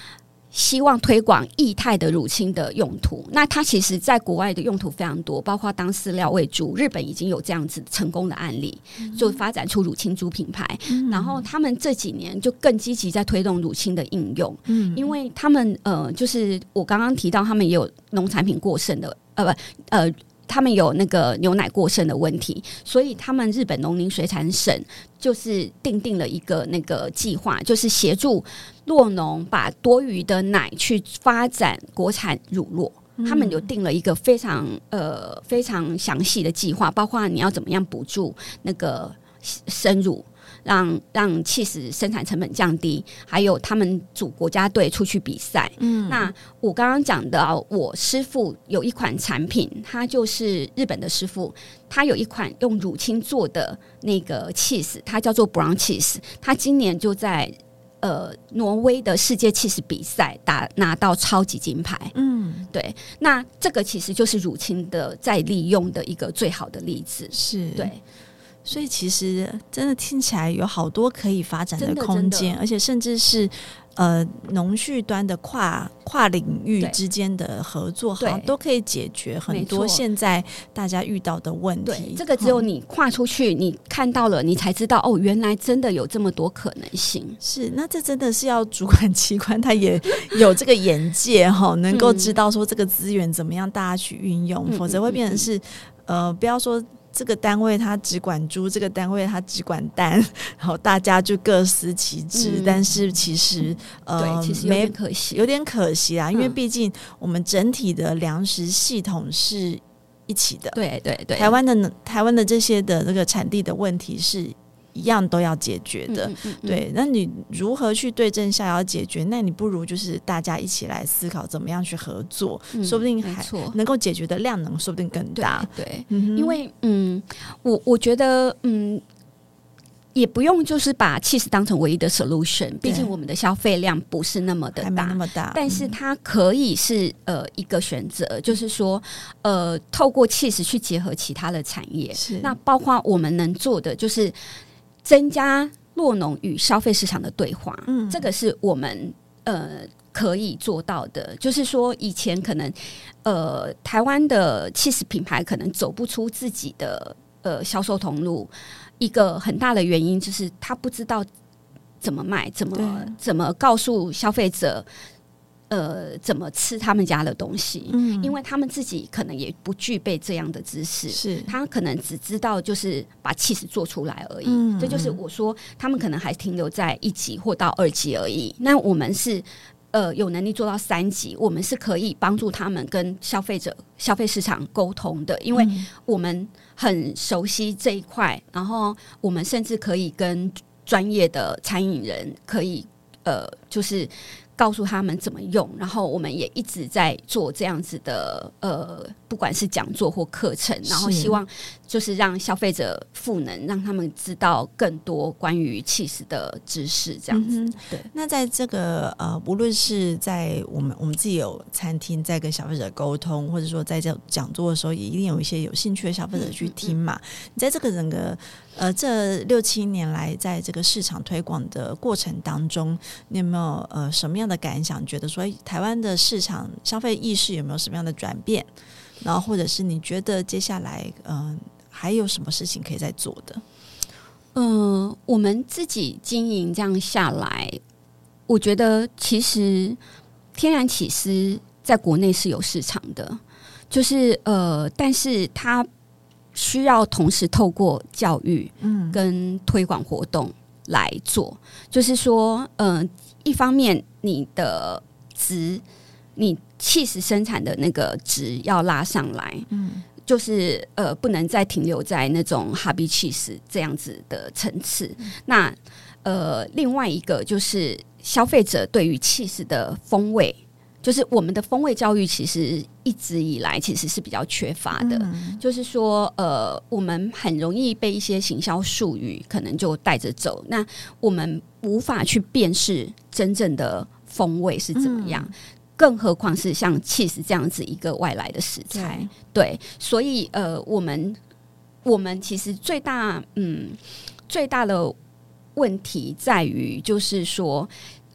希望推广液态的乳清的用途。那它其实在国外的用途非常多，包括当饲料喂猪，日本已经有这样子成功的案例，就发展出乳清猪品牌。然后他们这几年就更积极在推动乳清的应用，因为他们就是我刚刚提到，他们也有农产品过剩的，他们有那个牛奶过剩的问题，所以他们日本农林水产省就是订定了一个那个计划，就是协助酪农把多余的奶去发展国产乳酪。他们有定了一个非常详细的计划，包括你要怎么样补助那个生乳，让cheese生产成本降低，还有他们组国家队出去比赛。那我刚刚讲的，我师傅有一款产品，他就是日本的师傅，他有一款用乳清做的那个cheese，它叫做 Brown cheese， 他今年就在挪威的世界cheese比赛拿到超级金牌。对，那这个其实就是乳清的再利用的一个最好的例子。 是， 对。 所以其实真的听起来有好多可以发展的空间，而且甚至是农畜端的跨领域之间的合作，好像都可以解决很多现在大家遇到的问题。 对，这个只有你跨出去，你看到了，你才知道哦，原来真的有这么多可能性。 是，那这真的是要主管机关他也有这个眼界能够知道说这个资源怎么样大家去运用，否则会变成是不要说这个单位他只管猪，这个单位他只管蛋，然后大家就各司其职。但是其实对，其实有点可惜， 有点可惜啦，因为毕竟我们整体的粮食系统是一起的。 对对对， 台湾的这些的这个产地的问题是一样都要解决的。对，那你如何去对症下药解决？那你不如就是大家一起来思考怎么样去合作，说不定还能够解决的量能说不定更大。 对，因为我觉得也不用就是把cheese当成唯一的 solution， 毕竟我们的消费量不是那么的大， 还没那么大， 但是它可以是一个选择，就是说透过cheese去结合其他的产业。那包括我们能做的就是增加酪农与消费市场的对话，这个是我们可以做到的。就是说以前可能台湾的cheese品牌可能走不出自己的销售通路，一个很大的原因就是他不知道怎么卖，怎么告诉消费者怎么吃他们家的东西，因为他们自己可能也不具备这样的知识， 是他可能只知道就是把cheese做出来而已。这就是我说他们可能还停留在1级或到2级而已。那我们是有能力做到3级，我们是可以帮助他们跟消费市场沟通的，因为我们很熟悉这一块，然后我们甚至可以跟专业的餐饮人可以就是告诉他们怎么用，然后我们也一直在做这样子的不管是讲座或课程，然后希望就是让消费者赋能，让他们知道更多关于cheese的知识，这样子。对。 那在这个无论是在我们自己有餐厅在跟消费者沟通，或者说在这讲座的时候，也一定有一些有兴趣的消费者去听嘛。你在这个整个这6-7年来，在这个市场推广的过程当中，你有没有什么样的感想？觉得说台湾的市场消费意识有没有什么样的转变？然后或者是你觉得接下来还有什么事情可以再做的？ 我们自己经营这样下来，我觉得其实天然起司在国内是有市场的，就是但是它需要同时透过教育跟推广活动来做。就是说一方面你的你cheese生产的那个值要拉上来，就是不能再停留在那种 hobby cheese 这样子的层次。那另外一个就是消费者对于cheese的风味，就是我们的风味教育其实一直以来其实是比较缺乏的。就是说我们很容易被一些行销术语可能就带着走，那我们无法去辨识真正的风味是怎么样，更何况是像cheese这样子一个外来的食材。对，所以我们其实最大的问题在于，就是说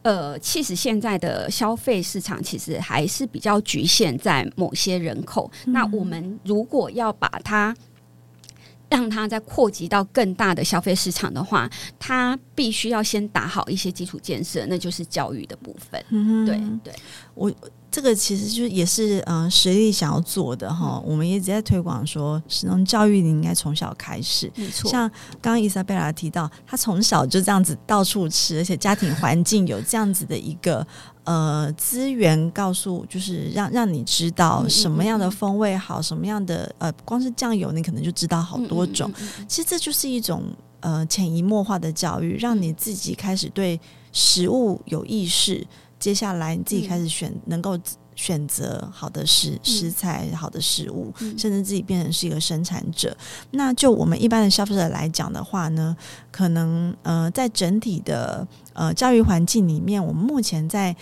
其实现在的消费市场其实还是比较局限在某些人口，那我们如果要把它让它再扩及到更大的消费市场的话，它必须要先打好一些基础建设，那就是教育的部分。对对， 我这个其实就是也是实力想要做的哈。我们也一直在推广说，食农教育你应该从小开始。 没错， 像刚刚伊莎贝拉提到，他从小就这样子到处吃，而且家庭环境有这样子的一个资源，告诉就是让你知道什么样的风味好，什么样的光是酱油你可能就知道好多种。其实这就是一种潜移默化的教育，让你自己开始对食物有意识。接下来你自己开始能够选择好的食材、好的食物，甚至自己变成是一个生产者。那就我们一般的消费者来讲的话呢，可能在整体的教育环境里面，我们目前在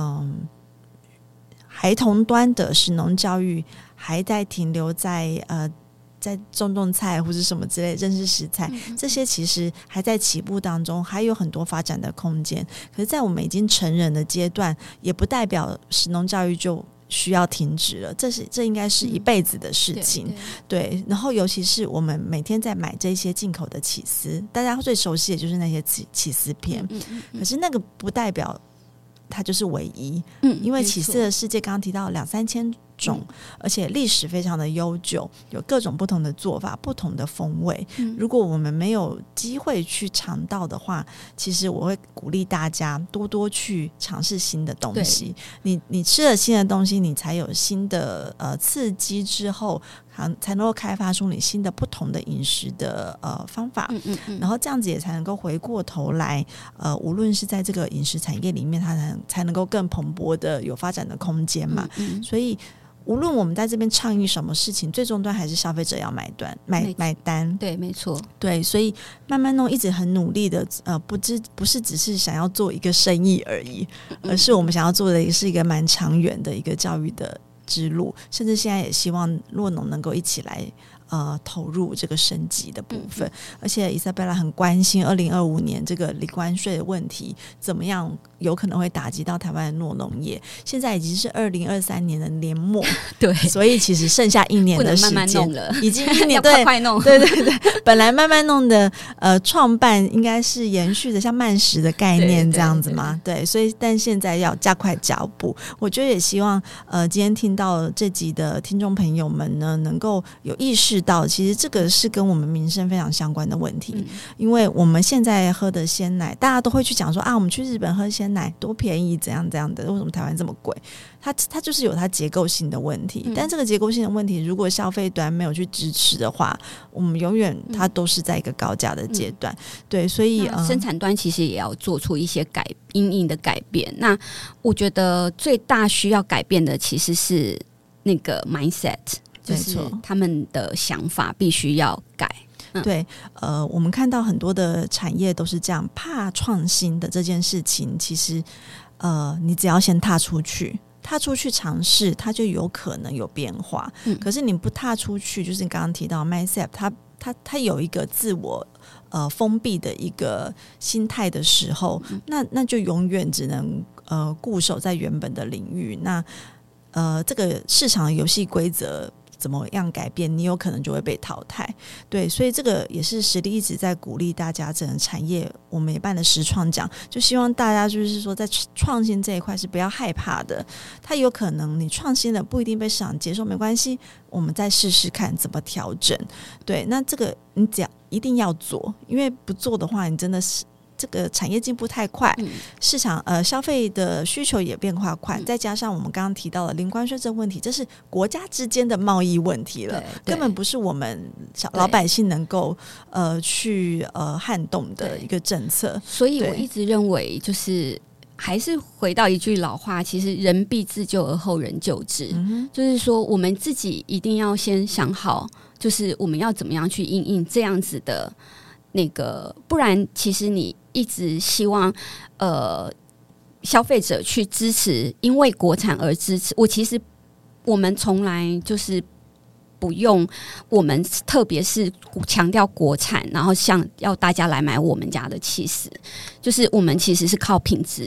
孩童端的食农教育还在停留在种菜或者什么之类认识食材，这些其实还在起步当中，还有很多发展的空间。可是在我们已经成人的阶段，也不代表食农教育就需要停止了，这应该是一辈子的事情。对，然后尤其是我们每天在买这些进口的起司，大家最熟悉的就是那些起司片，可是那个不代表它就是唯一，因为起司的世界刚刚提到2-3千种，而且历史非常的悠久，有各种不同的做法，不同的风味。如果我们没有机会去尝到的话，其实我会鼓励大家多多去尝试新的东西。你吃了新的东西，你才有新的刺激，之后才能够开发出你新的不同的饮食的方法。然后这样子也才能够回过头来无论是在这个饮食产业里面，它才能够更蓬勃的有发展的空间嘛。所以无论我们在这边倡议什么事情，最终端还是消费者要买单。 对，没错， 对，所以慢慢弄一直很努力的，不是只是想要做一个生意而已，而是我们想要做的也是一个蛮长远的一个教育的之路，甚至现在也希望洛农能够一起来投入这个升级的部分。而且伊莎贝拉很关心2025年这个离关税的问题怎么样有可能会打击到台湾的酪农业。现在已经是2023年的年末， 对， 所以其实剩下1年的时间， 不能慢慢弄了， 已经1年， 要快弄。 对，本来慢慢弄的创办应该是延续的像慢食的概念这样子嘛，对，所以但现在要加快脚步。我觉得也希望今天听到这集的听众朋友们呢，能够有意识到其实这个是跟我们民生非常相关的问题。因为我们现在喝的鲜奶，大家都会去讲说我们去日本喝鲜奶多便宜怎样怎样的，为什么台湾这么贵？它就是有它结构性的问题。但这个结构性的问题如果消费端没有去支持的话，我们永远它都是在一个高价的阶段。对，所以生产端其实也要做出一些因应的改变。那我觉得最大需要改变的其实是那个 mindset， 就是他们的想法必须要改。 对，我们看到很多的产业都是这样，怕创新的这件事情，其实你只要先踏出去尝试，它就有可能有变化。可是你不踏出去，就是你刚刚提到 mindset， 它有一个自我封闭的一个心态的时候，那就永远只能固守在原本的领域。那这个市场的游戏规则怎么样改变，你有可能就会被淘汰。对，所以这个也是实力一直在鼓励大家，整个产业我们也办了实创奖，就希望大家就是说在创新这一块是不要害怕的。它有可能你创新了不一定被市场接受，没关系，我们再试试看怎么调整。对，那这个你只要一定要做，因为不做的话，你真的是这个产业进步太快，市场消费的需求也变化快，再加上我们刚刚提到的零关税这问题，这是国家之间的贸易问题了，根本不是我们老百姓能够去撼动的一个政策。 所以我一直认为就是还是回到一句老话，其实人必自救而后人救之。就是说我们自己一定要先想好，就是我们要怎么样去因应这样子的那个，不然其实你一直希望消费者去支持，因为国产而支持。我们从来就是不用，我们特别是强调国产，然后要大家来买我们家的起司，就是我们其实是靠品质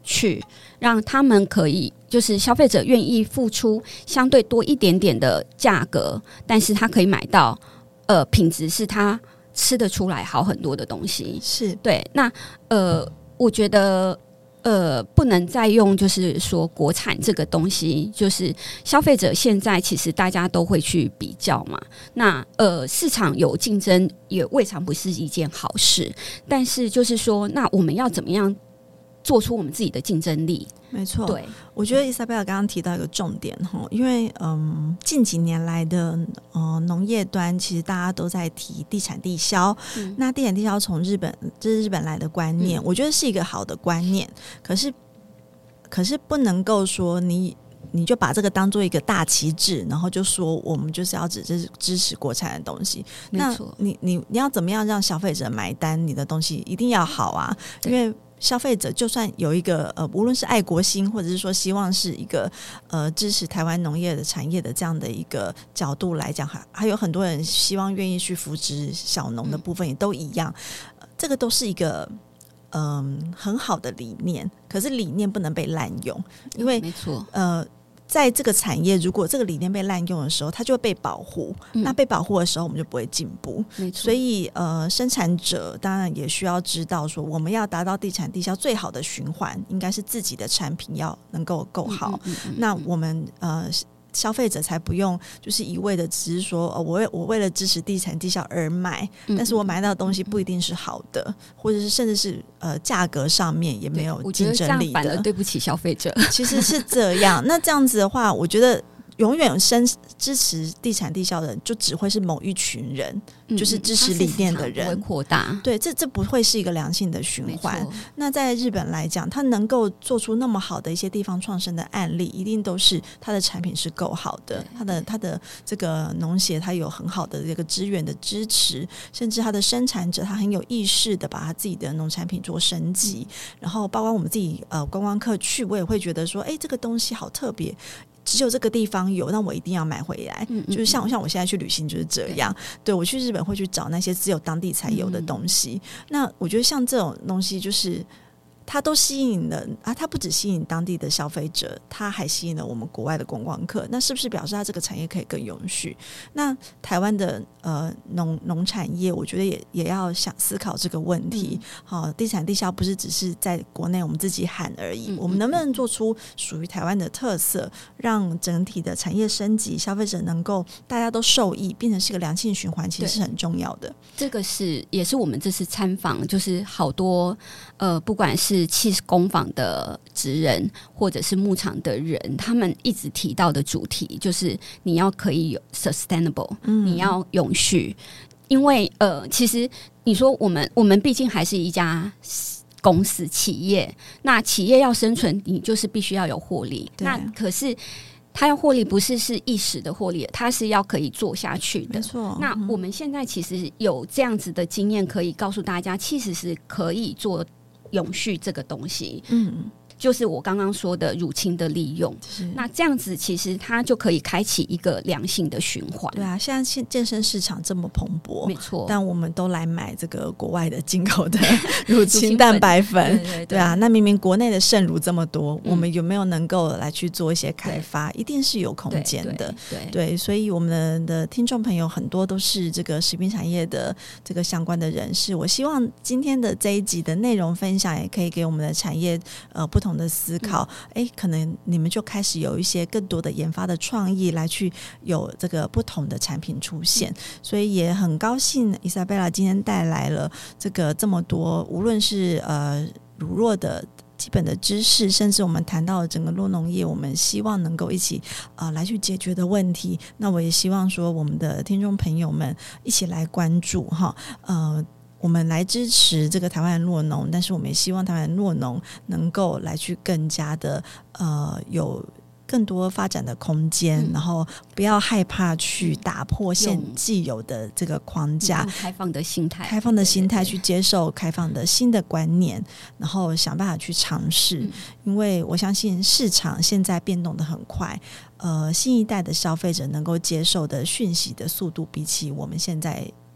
去，让他们可以就是消费者愿意付出相对多一点点的价格，但是他可以买到品质是他吃得出来好很多的东西。 是对，那我觉得不能再用就是说国产这个东西，就是消费者现在其实大家都会去比较嘛。那市场有竞争也未尝不是一件好事，但是就是说，那我们要怎么样做出我们自己的竞争力？ 没错， 对， 我觉得伊莎贝拉刚刚提到一个重点哈，因为近几年来的农业端，其实大家都在提地产地销，那地产地销从日本，这是日本来的观念，我觉得是一个好的观念，可是不能够说你就把这个当做一个大旗帜，然后就说我们就是要支持国产的东西。那你要怎么样让消费者买单？你的东西一定要好啊，因为消费者就算有一个无论是爱国心，或者是说希望是一个支持台湾农业的产业的这样的一个角度来讲，还有很多人希望愿意去扶持小农的部分也都一样，这个都是一个很好的理念，可是理念不能被滥用，因为没错在这个产业，如果这个理念被滥用的时候，它就会被保护。那被保护的时候，我们就不会进步。所以生产者当然也需要知道说，我们要达到地产地销最好的循环，应该是自己的产品要能够够好。那我们消费者才不用就是一味的只是说我为了支持地产地销而买，但是我买到的东西不一定是好的，或者是甚至是价格上面也没有竞争力的， 我觉得这样反而对不起消费者。 其实是这样。那这样子的话，我觉得永远支持地产地销的人就只会是某一群人，就是支持理念的人， 不会扩大。 对，这不会是一个良性的循环。那在日本来讲，它能够做出那么好的一些地方创生的案例，一定都是它的产品是够好的，它的这个农协它有很好的这个资源的支持，甚至它的生产者他很有意识的把他自己的农产品做升级，然后包括我们自己观光客去，我也会觉得说，这个东西好特别。只有这个地方有，那我一定要买回来。就是像我现在去旅行就是这样。对，我去日本会去找那些只有当地才有的东西。那我觉得像这种东西，就是它都吸引了它不只吸引当地的消费者，它还吸引了我们国外的观光客。那是不是表示它这个产业可以更永续？那台湾的农产业，我觉得也要想思考这个问题。地产地销不是只是在国内我们自己喊而已，我们能不能做出属于台湾的特色，让整体的产业升级，消费者能够大家都受益，变成是一个良性循环，其实是很重要的。 这个也是我们这次参访，就是好多不管是cheese工坊的职人或者是牧场的人，他们一直提到的主题就是你要可以有 sustainable，你要永续。因为其实你说我们毕竟还是一家公司企业，那企业要生存，你就是必须要有获利。那可是它要获利不是一时的获利，它是要可以做下去的。 没错。 那我们现在其实有这样子的经验，可以告诉大家，其实是可以做永续这个东西。就是我刚刚说的乳清的利用，那这样子其实它就可以开启一个良性的循环。 对啊，现在健身市场这么蓬勃， 没错， 但我们都来买这个国外的进口的乳清蛋白粉，对啊，那明明国内的圣乳这么多，我们有没有能够来去做一些开发？一定是有空间的。对，所以我们的听众朋友很多都是这个食品产业的这个相关的人士。我希望今天的这一集的内容分享，也可以给我们的产业不同的思考。可能你们就开始有一些更多的研发的创意，来去有这个不同的产品出现。所以也很高兴伊莎贝拉今天带来了这么多，无论是乳酪的基本的知识，甚至我们谈到整个酪农业，我们希望能够一起来去解决的问题。那我也希望说我们的听众朋友们一起来关注我们来支持这个台湾的酪农，但是我们也希望台湾的酪农能够来去更加的有更多发展的空间，然后不要害怕去打破既有的这个框架， 开放的心态去接受开放的新的观念，然后想办法去尝试。因为我相信市场现在变动得很快，新一代的消费者能够接受的讯息的速度，比起我们现在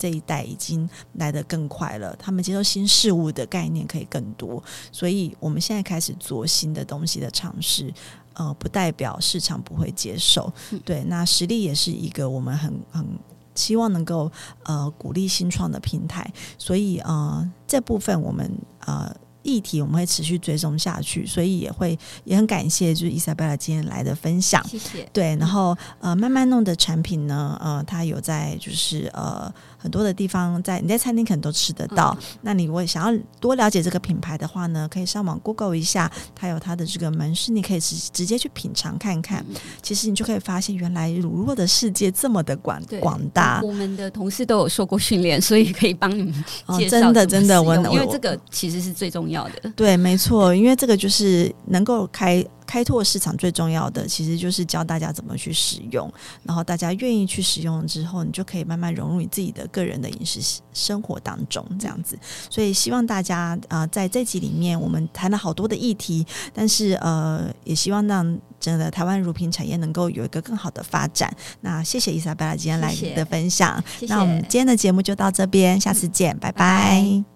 这一代已经来得更快了，他们接受新事物的概念可以更多，所以我们现在开始做新的东西的尝试，不代表市场不会接受。对，那实力也是一个我们很希望能够鼓励新创的平台，所以这部分我们议题我们会持续追踪下去，所以也很感谢就是伊莎贝拉今天来的分享， 谢谢。 对，然后慢慢弄的产品呢，它有在就是很多的地方你在餐厅可能都吃得到，那你如果想要多了解这个品牌的话呢，可以上网 Google 一下，它有它的这个门市，你可以直接去品尝看看，其实你就可以发现原来乳酪的世界这么的广大。 我们的同事都有受过训练，所以可以帮你们介绍真的因为这个其实是最重要的。 对，没错，因为这个就是能够开拓市场最重要的，其实就是教大家怎么去使用，然后大家愿意去使用之后，你就可以慢慢融入你自己的个人的饮食生活当中，这样子。所以希望大家在这集里面我们谈了好多的议题，但是也希望让整个台湾乳品产业能够有一个更好的发展。那谢谢伊莎贝拉今天来的分享， 谢谢。 那我们今天的节目就到这边，下次见，拜拜。